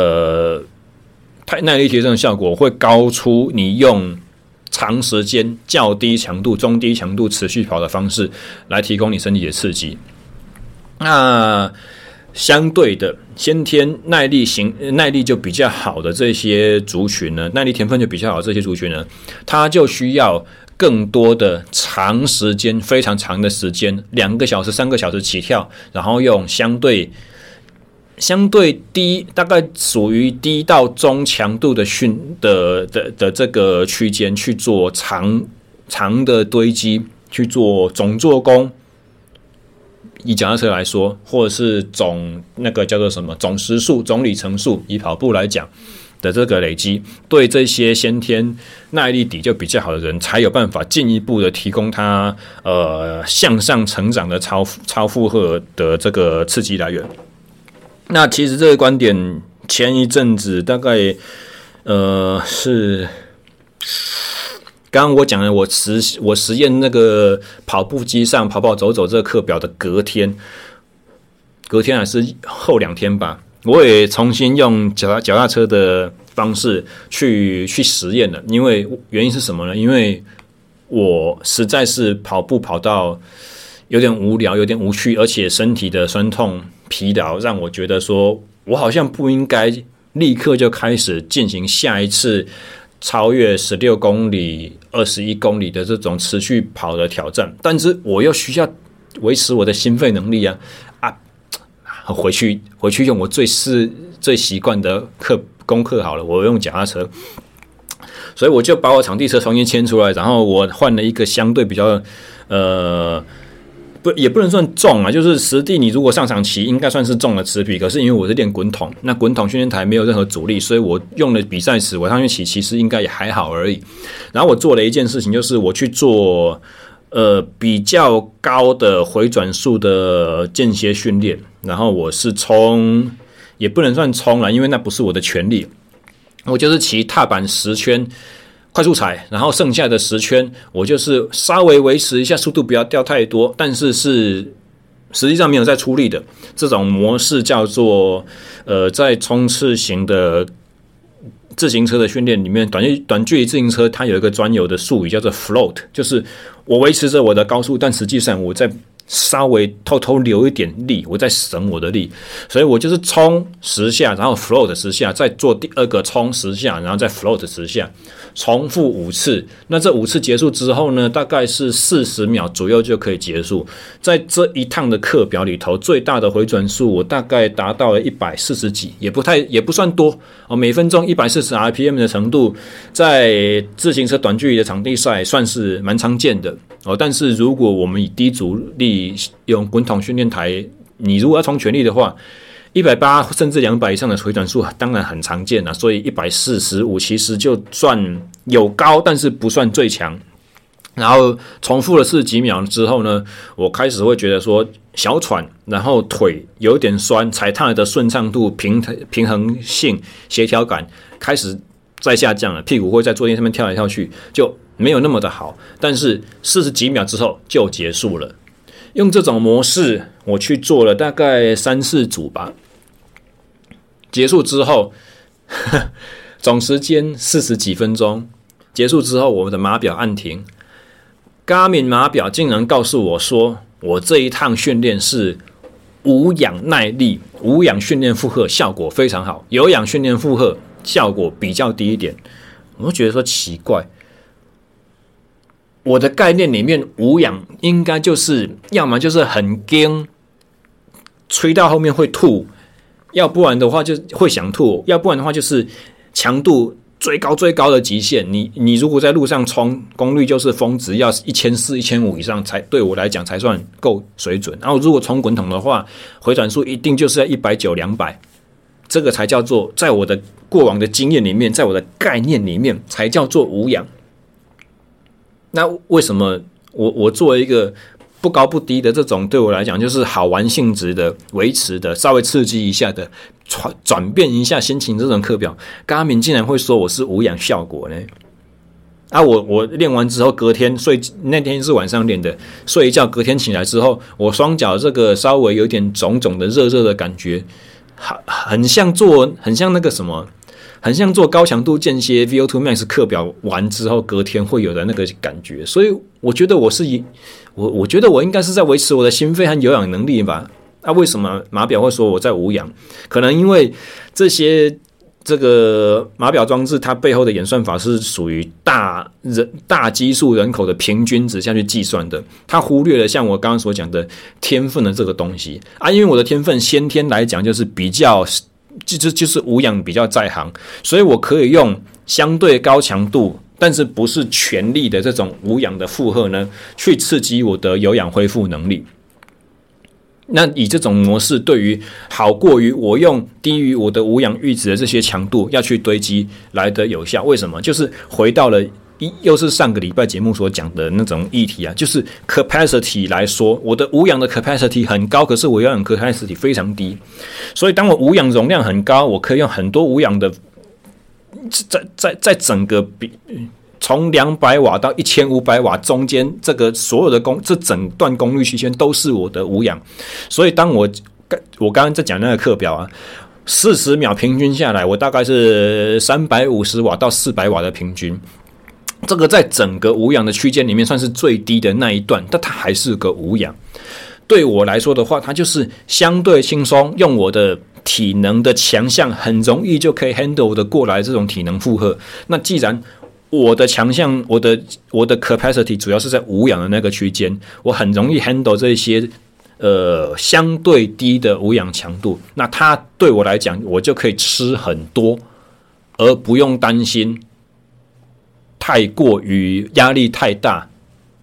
耐力提升的效果会高出你用长时间较低强度、中低强度持续跑的方式来提供你身体的刺激。那相对的，先天耐力就比较好的这些族群呢，耐力天分就比较好的这些族群呢，它就需要更多的长时间、非常长的时间，2个小时、3个小时起跳，然后用相对低，大概属于低到中强度的这个区间去做长的堆积，去做总做工。以脚踏车来说，或者是那个叫做什么总时速、总里程数，以跑步来讲的这个累积，对这些先天耐力底就比较好的人，才有办法进一步的提供他向上成长的超负荷的这个刺激来源。那其实这个观点前一阵子大概是刚刚我讲的，我实验那个跑步机上跑走这个课表的隔天还是后2天吧，我也重新用脚踏车的方式去实验了。因为原因是什么呢？因为我实在是跑步跑到有点无聊、有点无趣，而且身体的酸痛疲劳让我觉得说，我好像不应该立刻就开始进行下一次超越16公里、21公里的这种持续跑的挑战，但是我又需要维持我的心肺能力回去用我最习惯的功课好了，我用脚踏车，所以我就把我场地车重新牵出来，然后我换了一个相对比较也不能算重啊，就是实地你如果上场骑应该算是重的持匹，可是因为我是练滚筒，那滚筒训练台没有任何阻力，所以我用的比赛时我上去骑其实应该也还好而已。然后我做了一件事情，就是我去做比较高的回转数的间歇训练，然后我是冲，也不能算冲啦，因为那不是我的全力，我就是骑踏板10圈快速踩，然后剩下的10圈我就是稍微维持一下速度，不要掉太多，但是实际上没有在出力的这种模式，叫做在冲刺型的自行车的训练里面，短距离自行车它有一个专有的术语叫做 float， 就是我维持着我的高速，但实际上我在稍微偷偷留一点力，我在省我的力，所以我就是冲10下，然后 float 10下，再做第二个冲10下，然后再 float 10下，重复5次。那这5次结束之后呢，大概是40秒左右就可以结束。在这一趟的课表里头，最大的回转数我大概达到了140几，也不算多哦，每分钟140 RPM 的程度，在自行车短距离的场地赛算是蛮常见的哦。但是如果我们以低阻力用滚筒训练台，你如果要冲全力的话，180甚至200以上的回转数当然很常见了，所以145其实就算有高，但是不算最强。然后重复了40几秒之后呢，我开始会觉得说小喘，然后腿有点酸，踩踏的顺畅度、平衡性、协调感开始在下降了，屁股会在坐垫上面跳来跳去，就没有那么的好。但是40几秒之后就结束了。用这种模式我去做了大概3-4组吧，结束之后总时间40几分钟，结束之后我们的码表按停， Garmin 码表竟然告诉我说我这一趟训练是无氧耐力，无氧训练负荷效果非常好，有氧训练负荷效果比较低一点。我就觉得说奇怪，我的概念里面无氧应该就是要么就是很硬，吹到后面会吐，要不然的话就会想吐，要不然的话就是强度最高的极限。你如果在路上冲，功率就是峰值要1400、1500以上才对我来讲才算够水准。然后如果冲滚筒的话，回转数一定就是在190、200，这个才叫做在我的过往的经验里面，在我的概念里面才叫做无氧。那为什么我做一个不高不低的这种对我来讲就是好玩性质的维持的稍微刺激一下的转变一下心情这种课表，Garmin竟然会说我是无氧效果呢？啊，我练完之后隔天那天是晚上练的，睡一觉隔天起来之后，我双脚这个稍微有点肿肿的热的感觉，很像那个什么，很像做高强度间歇 VO2 Max 课表完之后隔天会有的那个感觉。所以我觉得我觉得我应该是在维持我的心肺和有氧能力吧。那为什么码表会说我在无氧？可能因为这个码表装置它背后的演算法是属于大基数人口的平均值下去计算的，它忽略了像我刚刚所讲的天分的这个东西啊。因为我的天分先天来讲就是比较就是无氧比较在行，所以我可以用相对高强度但是不是全力的这种无氧的负荷呢，去刺激我的有氧恢复能力。那以这种模式对于好过于我用低于我的无氧阈值的这些强度要去堆积来得有效。为什么？就是回到了又是上个礼拜节目所讲的那种议题啊，就是 capacity 来说，我的无氧的 capacity 很高，可是我有氧 capacity 非常低。所以当我无氧容量很高，我可以用很多无氧的在整个从200瓦到1500瓦中间，这个所有的这整段功率区间都是我的无氧。所以当我刚刚在讲那个课表啊，40秒平均下来，我大概是350瓦到400瓦的平均。这个在整个无氧的区间里面算是最低的那一段，但它还是个无氧。对我来说的话，它就是相对轻松，用我的体能的强项很容易就可以 handle 的过来这种体能负荷。那既然我的强项，我的 capacity 主要是在无氧的那个区间，我很容易 handle 这些相对低的无氧强度，那它对我来讲，我就可以吃很多，而不用担心太过于压力太大，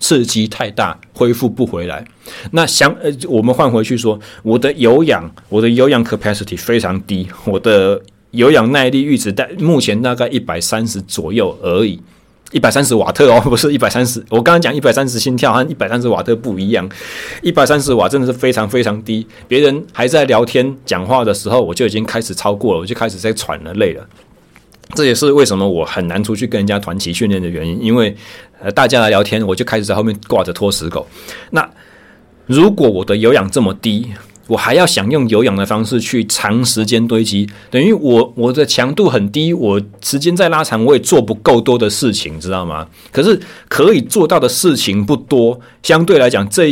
刺激太大，恢复不回来。那我们换回去说，我的有氧 capacity 非常低，我的有氧耐力阈值目前大概130左右而已。130瓦特哦，不是130。我刚刚讲130心跳和130瓦特不一样，130瓦真的是非常非常低。别人还在聊天讲话的时候，我就已经开始超过了，我就开始在喘了，累了。这也是为什么我很难出去跟人家团体训练的原因，因为大家来聊天，我就开始在后面挂着拖死狗。那如果我的有氧这么低，我还要想用有氧的方式去长时间堆积，等于我的强度很低，我时间再拉长，我也做不够多的事情，知道吗？可是可以做到的事情不多，相对来讲，这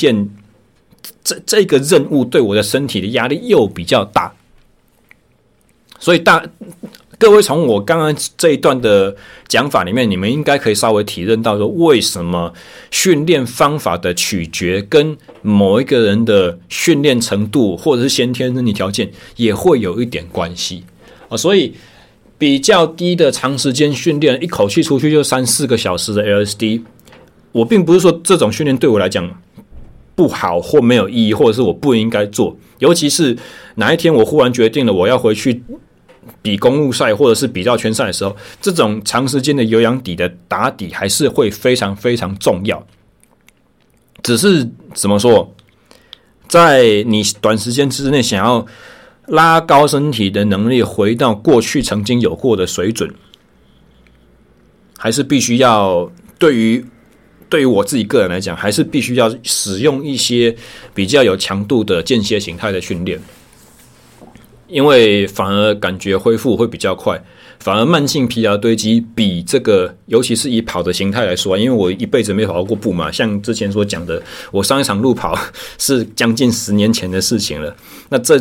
个任务对我的身体的压力又比较大，所以各位从我刚刚这一段的讲法里面，你们应该可以稍微体认到说，为什么训练方法的取决跟某一个人的训练程度或者是先天身体条件也会有一点关系所以比较低的长时间训练，一口气出去就3-4个小时的 LSD， 我并不是说这种训练对我来讲不好或没有意义，或者是我不应该做，尤其是哪一天我忽然决定了我要回去比公路赛或者是比较圈赛的时候，这种长时间的有氧底的打底还是会非常非常重要。只是怎么说，在你短时间之内想要拉高身体的能力回到过去曾经有过的水准，还是必须要对于我自己个人来讲，还是必须要使用一些比较有强度的间歇形态的训练，因为反而感觉恢复会比较快，反而慢性疲劳堆积比这个，尤其是以跑的形态来说，因为我一辈子没跑过步嘛，像之前所讲的，我上一场路跑是将近10年前的事情了。那这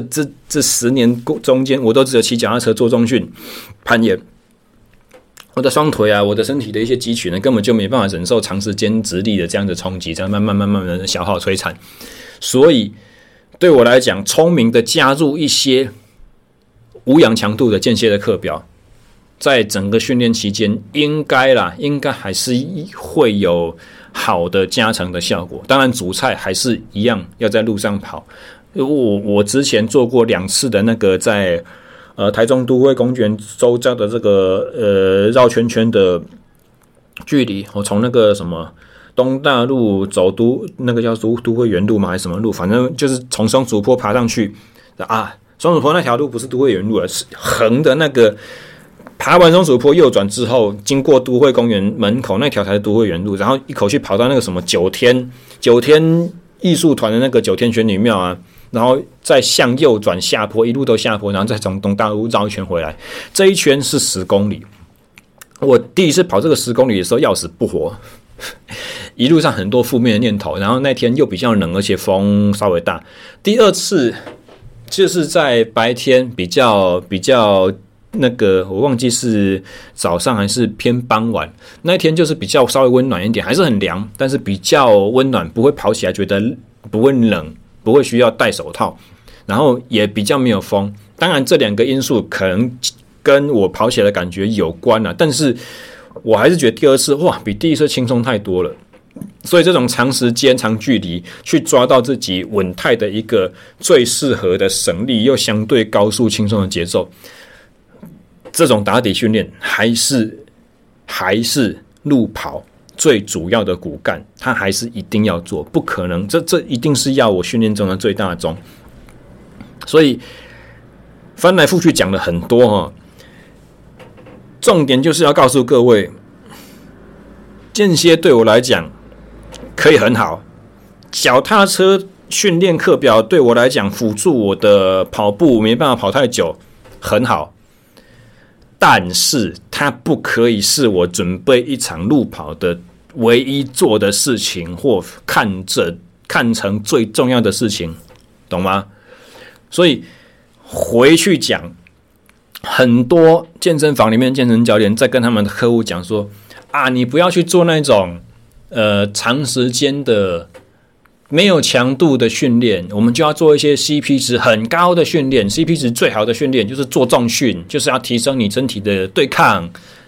10年中间，我都只有骑脚踏车、做重训、攀岩。我的双腿啊，我的身体的一些肌群呢，根本就没办法忍受长时间直立的这样的冲击，这样慢慢的消耗摧残。所以对我来讲，聪明的加入一些无氧强度的间歇的课表，在整个训练期间应该还是会有好的加成的效果。当然主菜还是一样要在路上跑。我之前做过2次的那个在台中都会公园周遭的这个绕圈圈的距离，我从那个什么东大路走那个叫都会园路嘛还是什么路，反正就是从松竹坡爬上去啊。松鼠坡那条路不是都会园路了，是横的那个，爬完松鼠坡右转之后，经过都会公园门口那条才是都会园路，然后一口气跑到那个什么九天艺术团的那个九天玄女庙啊，然后再向右转下坡，一路都下坡，然后再从东大路绕一圈回来，这一圈是10公里。我第一次跑这个10公里的时候要死不活，一路上很多负面的念头，然后那天又比较冷，而且风稍微大。第2次就是在白天比较那个，我忘记是早上还是偏傍晚，那一天就是比较稍微温暖一点，还是很凉，但是比较温暖，不会跑起来觉得不会冷，不会需要戴手套，然后也比较没有风。当然这2个因素可能跟我跑起来的感觉有关啊，但是我还是觉得第2次哇比第1次轻松太多了。所以这种长时间长距离去抓到自己稳态的一个最适合的省力又相对高速轻松的节奏，这种打底训练还是路跑最主要的骨干，它还是一定要做，不可能，这一定是要我训练中的最大宗。所以翻来覆去讲了很多重点就是要告诉各位，间歇对我来讲可以很好，脚踏车训练课表对我来讲辅助我的跑步没办法跑太久很好，但是它不可以是我准备一场路跑的唯一做的事情，或看成最重要的事情，懂吗？所以回去讲，很多健身房里面健身教练在跟他们的客户讲说啊，你不要去做那种长时间的没有强度的训练，我们就要做一些 CP 值很高的训练。CP 值最好的训练就是做重训，就是要提升你身体的对抗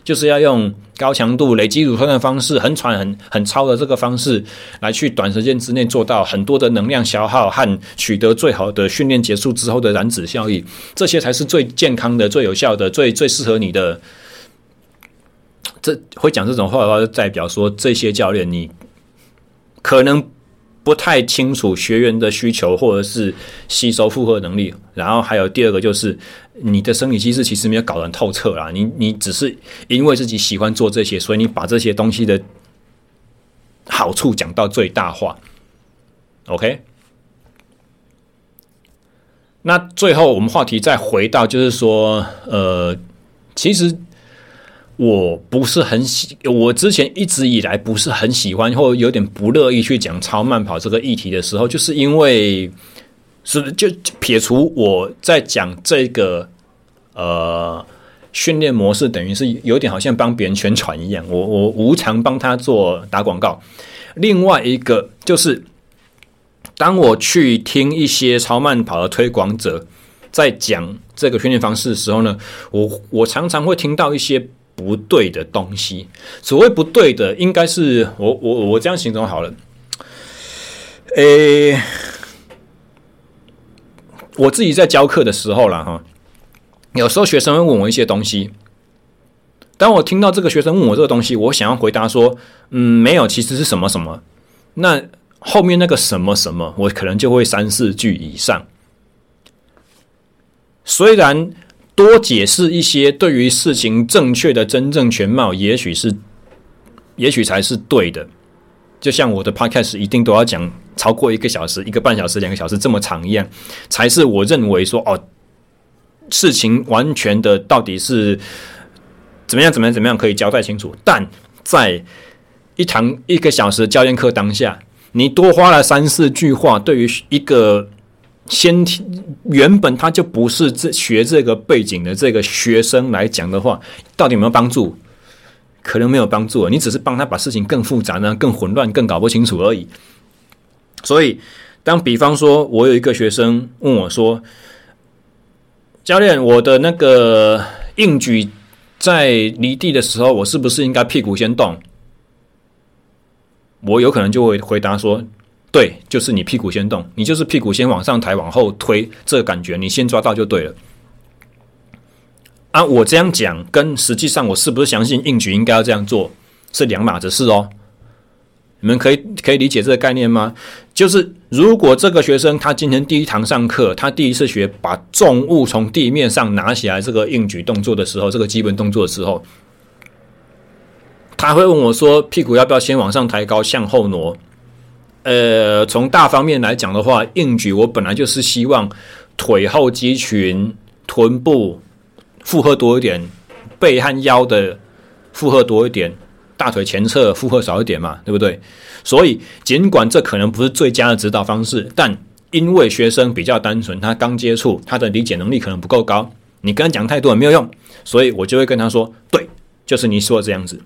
就是要用高强度累积乳酸的方式，很喘很超的这个方式来去短时间之内做到很多的能量消耗和取得最好的训练结束之后的燃脂效益，这些才是最健康的、最有效的、最适合你的。这会讲这种话的话，就代表说这些教练你可能不太清楚学员的需求或者是吸收负荷能力，然后还有第二个就是你的生理机制其实没有搞得很透彻啦，你只是因为自己喜欢做这些，所以你把这些东西的好处讲到最大化。OK， 那最后我们话题再回到就是说，其实我之前一直以来不是很喜欢或有点不乐意去讲超慢跑这个议题的时候，就是因为就撇除我在讲这个训练模式，等于是有点好像帮别人宣传一样，我无偿帮他做打广告。另外一个就是当我去听一些超慢跑的推广者在讲这个训练方式的时候呢，我常常会听到一些不对的东西。所谓不对的，应该是我这样形容好了。我自己在教课的时候啦哈，有时候学生会问我一些东西。当我听到这个学生问我这个东西，我想要回答说，没有，其实是什么什么。那后面那个什么什么，我可能就会3-4句以上。虽然多解释一些对于事情正确的真正全貌，也许才是对的。就像我的 podcast 一定都要讲超过1个小时、1个半小时、2个小时这么长一样，才是我认为说事情完全的到底是怎么样可以交代清楚。但在一堂1个小时的教练课当下，你多花了3-4句话，对于一个原本他就不是学这个背景的这个学生来讲的话，到底有没有帮助？可能没有帮助，你只是帮他把事情更复杂呢、更混乱、更搞不清楚而已。所以，当比方说我有一个学生问我说：“教练，我的那个硬举在离地的时候，我是不是应该屁股先动？”我有可能就会回答说：“对，就是你屁股先动，你就是屁股先往上抬、往后推，这个感觉你先抓到就对了。”啊，我这样讲跟实际上我是不是相信硬举应该要这样做是两码子事哦。你们可以理解这个概念吗？就是如果这个学生他今天第一堂上课，他第一次学把重物从地面上拿起来这个硬举动作的时候，这个基本动作的时候，他会问我说屁股要不要先往上抬高向后挪？从大方面来讲的话，硬举我本来就是希望腿后肌群、臀部负荷多一点，背和腰的负荷多一点，大腿前侧负荷少一点嘛，对不对？所以尽管这可能不是最佳的指导方式，但因为学生比较单纯，他刚接触，他的理解能力可能不够高，你跟他讲太多也没有用，所以我就会跟他说，对，就是你说的这样子。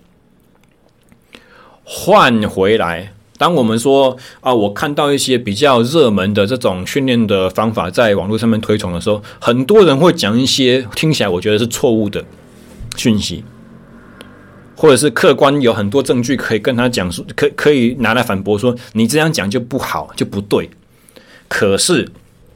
换回来，当我们说我看到一些比较热门的这种训练的方法在网络上面推崇的时候，很多人会讲一些听起来我觉得是错误的讯息，或者是客观有很多证据可以跟他讲，可以拿来反驳说你这样讲就不好，就不对。可是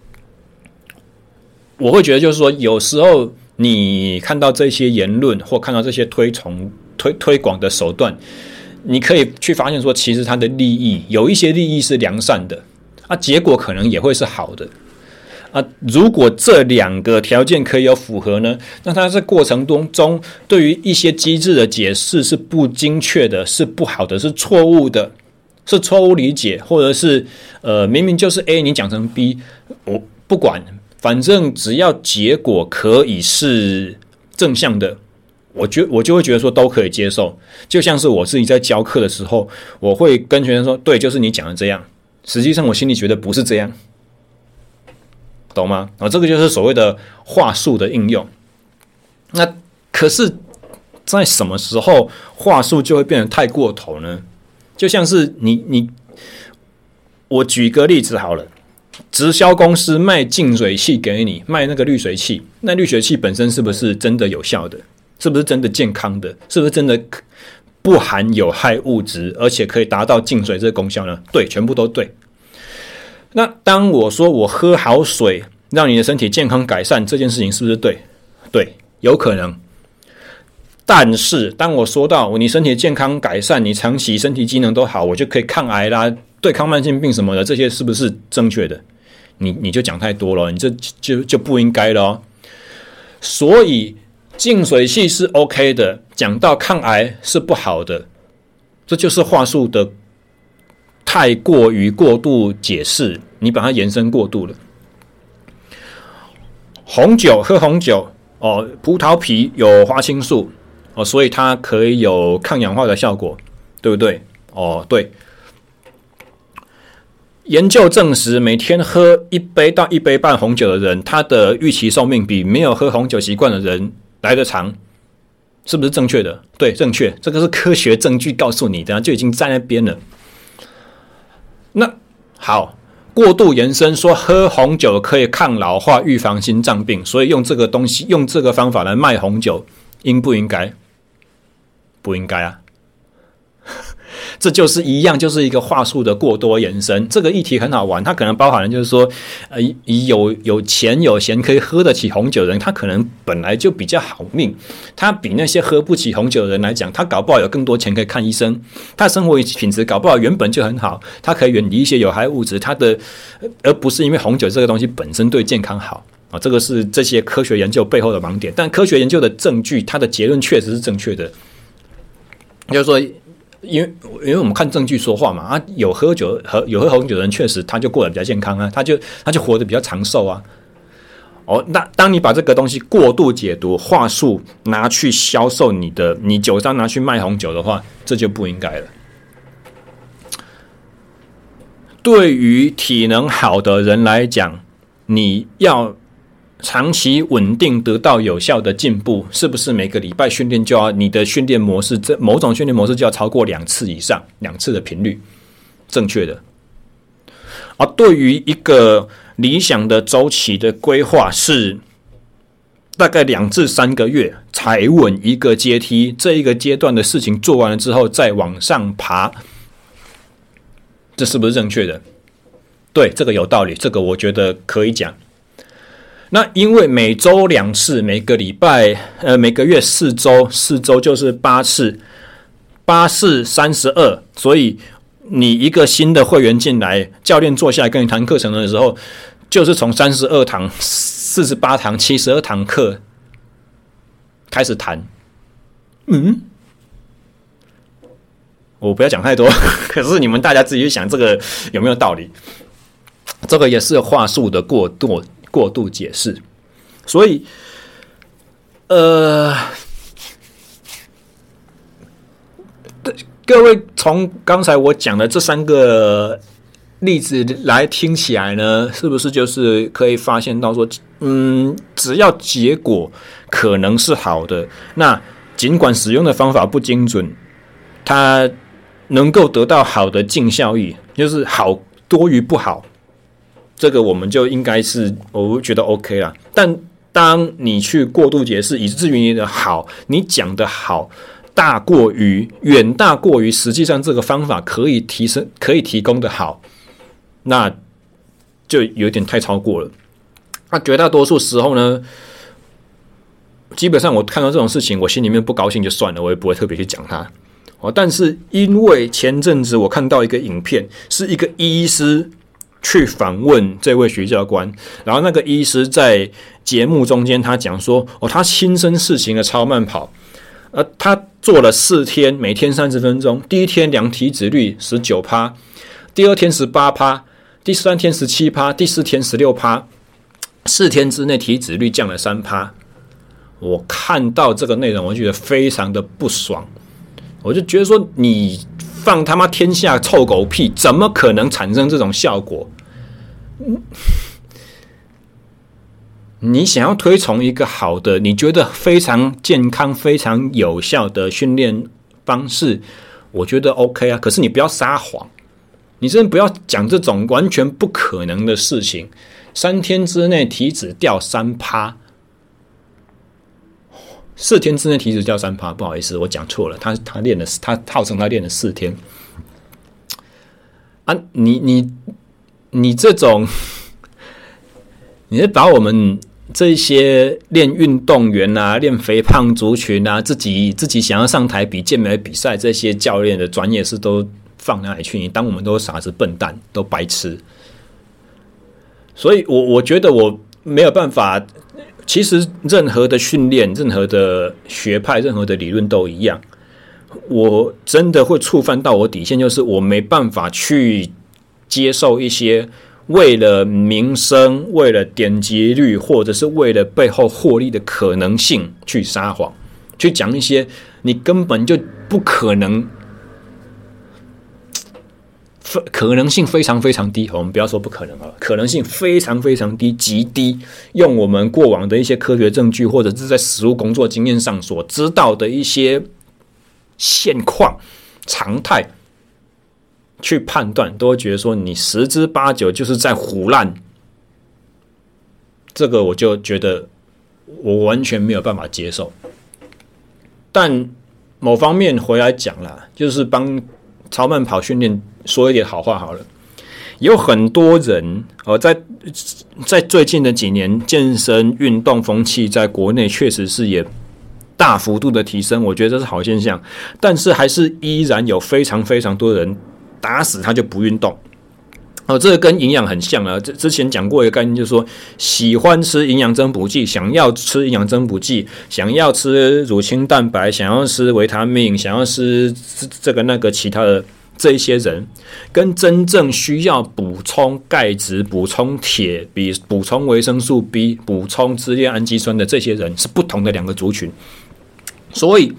我会觉得就是说，有时候你看到这些言论或看到这些推广的手段，你可以去发现说，其实它的利益有一些利益是良善的结果可能也会是好的如果这两个条件可以有符合呢，那它在过程中对于一些机制的解释是不精确的，是不好的，是错误的，是错误理解，或者是明明就是 A 你讲成 B， 我不管，反正只要结果可以是正向的，我就会觉得说都可以接受。就像是我自己在教课的时候，我会跟学生说，对，就是你讲的这样，实际上我心里觉得不是这样，懂吗？这个就是所谓的话术的应用。那可是在什么时候话术就会变得太过头呢？就像是我举个例子好了，直销公司卖净水器给你，卖那个滤水器，那滤水器本身是不是真的有效的？ 是不是真的健康的？是不是真的不含有害物质，而且可以达到净水这个功效呢？对，全部都对。那当我说我喝好水让你的身体健康改善这件事情是不是对？对，有可能。但是当我说到你身体健康改善，你长期身体机能都好，我就可以抗癌啦，对抗慢性病什么的，这些是不是正确的？你就讲太多了，你这就不应该了哦。所以净水器是 OK 的，讲到抗癌是不好的，这就是话术的太过于过度解释，你把它延伸过度了。红酒，喝红酒哦，葡萄皮有花青素哦，所以它可以有抗氧化的效果，对不对？哦，对。研究证实，每天喝1杯到1杯半红酒的人，他的预期寿命比没有喝红酒习惯的人来得长，是不是正确的？对，正确，这个是科学证据告诉你的，就已经在那边了。那好，过度延伸说喝红酒可以抗老化、预防心脏病，所以用这个东西、用这个方法来卖红酒，应不应该？不应该啊。这就是一样，就是一个话术的过多延伸。这个议题很好玩，它可能包含了就是说，有钱有闲可以喝得起红酒的人，他可能本来就比较好命，他比那些喝不起红酒的人来讲，他搞不好有更多钱可以看医生，他的生活品质搞不好原本就很好，他可以远离一些有害物质，而不是因为红酒这个东西本身对健康好啊。这个是这些科学研究背后的盲点，但科学研究的证据，它的结论确实是正确的，就是说。因为我们看证据说话嘛，啊，有喝红酒的人确实他就过得比较健康啊，他就活得比较长寿啊。哦，那当你把这个东西过度解读，话术拿去销售你酒商拿去卖红酒的话，这就不应该了。对于体能好的人来讲，你要长期稳定得到有效的进步，是不是每个礼拜训练就要你的训练模式，某种训练模式就要超过2次以上，2次的频率，正确的。而对于一个理想的周期的规划是大概2至3个月踩稳一个阶梯，这一个阶段的事情做完了之后再往上爬，这是不是正确的？对，这个有道理，这个我觉得可以讲。那因为每周2次，每个礼拜每个月4周就是8次，8次32，所以你一个新的会员进来，教练坐下来跟你谈课程的时候，就是从32堂、48堂、72堂课开始谈。我不要讲太多，可是你们大家自己去想这个有没有道理？这个也是话术的过度解释，所以各位从刚才我讲的这3个例子来听起来呢，是不是就是可以发现到说，只要结果可能是好的，那尽管使用的方法不精准，它能够得到好的净效益，就是好多于不好。这个我们就应该是我觉得 OK 啦，但当你去过度解释，以至于你的好，你讲的好远大过于实际上这个方法可以提供的好，那就有点太超过了。那绝大多数时候呢，基本上我看到这种事情，我心里面不高兴就算了，我也不会特别去讲它。但是因为前阵子我看到一个影片，是一个医师去访问这位徐教官，然后那个医师在节目中间他讲说，他亲身试行了超慢跑，他做了4天，每天30分钟，第一天量体脂率 19%， 第二天 18%， 第3天 17%， 第4天 16%， 4天之内体脂率降了 3%。 我看到这个内容我觉得非常的不爽，我就觉得说你放他妈天下臭狗屁，怎么可能产生这种效果？你想要推崇一个好的，你觉得非常健康、非常有效的训练方式，我觉得 OK 啊。可是你不要撒谎，你真的不要讲这种完全不可能的事情。3天之内体脂掉 3%， 4天之内体脂掉3%，不好意思，我讲错了，他号称他练了4天啊，你这种，你是把我们这些练运动员啊、练肥胖族群啊、自己想要上台比健美比赛这些教练的专业是都放哪里去？你当我们都傻子、笨蛋、都白痴？所以我觉得我没有办法。其实任何的训练、任何的学派、任何的理论都一样，我真的会触犯到我底线，就是我没办法去接受一些为了名声、为了点击率，或者是为了背后获利的可能性去撒谎，去讲一些你根本就不可能。可能性非常非常低，我们不要说不可能好了，可能性非常非常低，极低。用我们过往的一些科学证据，或者是在实务工作经验上所知道的一些现况、常态去判断，都会觉得说你10之8九就是在唬烂。这个我就觉得我完全没有办法接受。但某方面回来讲啦，就是帮超慢跑训练说一点好话好了。有很多人在最近的几年，健身运动风气在国内确实是也大幅度的提升，我觉得这是好现象。但是还是依然有非常非常多人打死他就不运动。这个跟营养很像啊。之前讲过一个概念，就是说喜欢吃营养增补剂，想要吃营养增补剂，想要吃乳清蛋白，想要吃维他命，想要吃这个那个其他的这一些人，跟真正需要补充钙质、补充铁、补充维生素 B、补充支链氨基酸的这些人是不同的两个族群。所以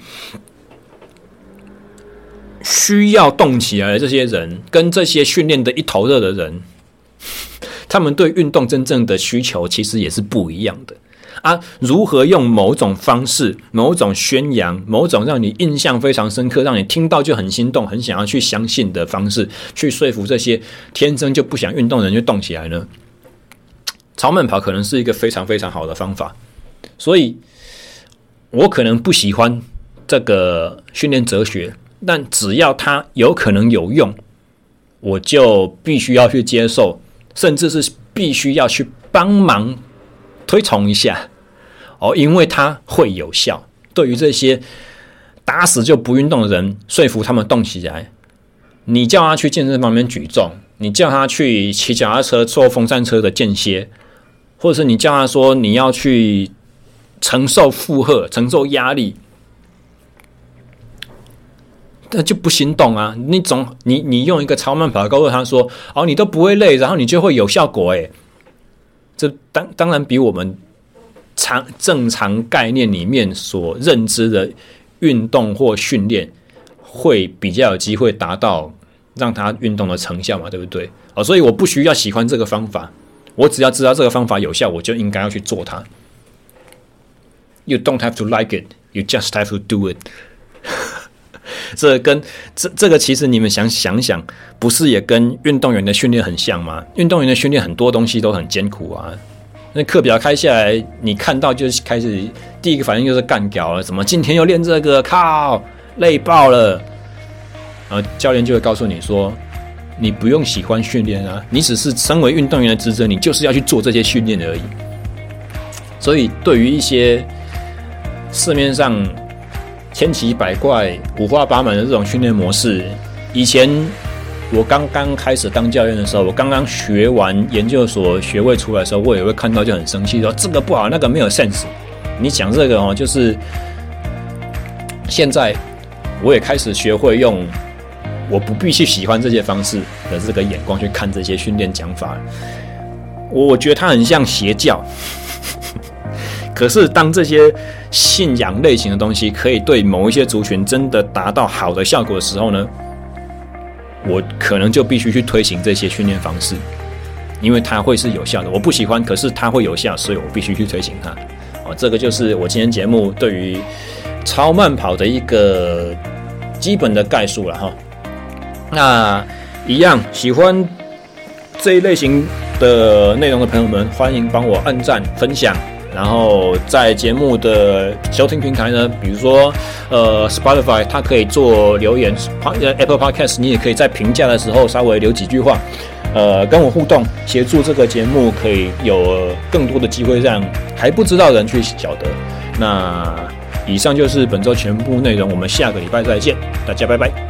需要动起来的这些人，跟这些训练的一头热的人，他们对运动真正的需求其实也是不一样的啊。如何用某种方式、某种宣扬、某种让你印象非常深刻、让你听到就很心动、很想要去相信的方式，去说服这些天生就不想运动的人去动起来呢？超慢跑可能是一个非常非常好的方法。所以我可能不喜欢这个训练哲学，但只要它有可能有用，我就必须要去接受，甚至是必须要去帮忙推崇一下因为它会有效。对于这些打死就不运动的人，说服他们动起来。你叫他去健身房里面举重，你叫他去骑脚踏车、坐风扇车的间歇，或者是你叫他说你要去承受负荷、承受压力，那就不心动啊！你用一个超慢跑告诉他说，你都不会累，然后你就会有效果这当然比我们正常概念里面所认知的运动或训练会比较有机会达到让他运动的成效嘛，对不对？所以我不需要喜欢这个方法，我只要知道这个方法有效，我就应该要去做它。You don't have to like it, you just have to do it 这个其实你们想想，不是也跟运动员的训练很像吗？运动员的训练很多东西都很艰苦啊。那课表开下来，你看到就是开始第一个反应就是干屌了，怎么今天又练这个？靠，累爆了。然后教练就会告诉你说，你不用喜欢训练啊，你只是身为运动员的职责，你就是要去做这些训练而已。所以对于一些市面上千奇百怪、五花八门的这种训练模式，以前我刚刚开始当教练的时候，我刚刚学完研究所学位出来的时候，我也会看到就很生气，说这个不好，那个没有 sense。你讲这个就是现在我也开始学会用我不必去喜欢这些方式的这个眼光去看这些训练讲法。我觉得它很像邪教。可是当这些信仰类型的东西可以对某一些族群真的达到好的效果的时候呢，我可能就必须去推行这些训练方式，因为它会是有效的。我不喜欢，可是它会有效，所以我必须去推行它。这个就是我今天节目对于超慢跑的一个基本的概述了哈。那一样喜欢这一类型的内容的朋友们，欢迎帮我按赞、分享， 1然后在节目的收听平台呢，比如说Spotify 它可以做留言，Apple Podcast 你也可以在评价的时候稍微留几句话，跟我互动，协助这个节目可以有更多的机会让还不知道的人去晓得。那以上就是本周全部内容，我们下个礼拜再见，大家拜拜。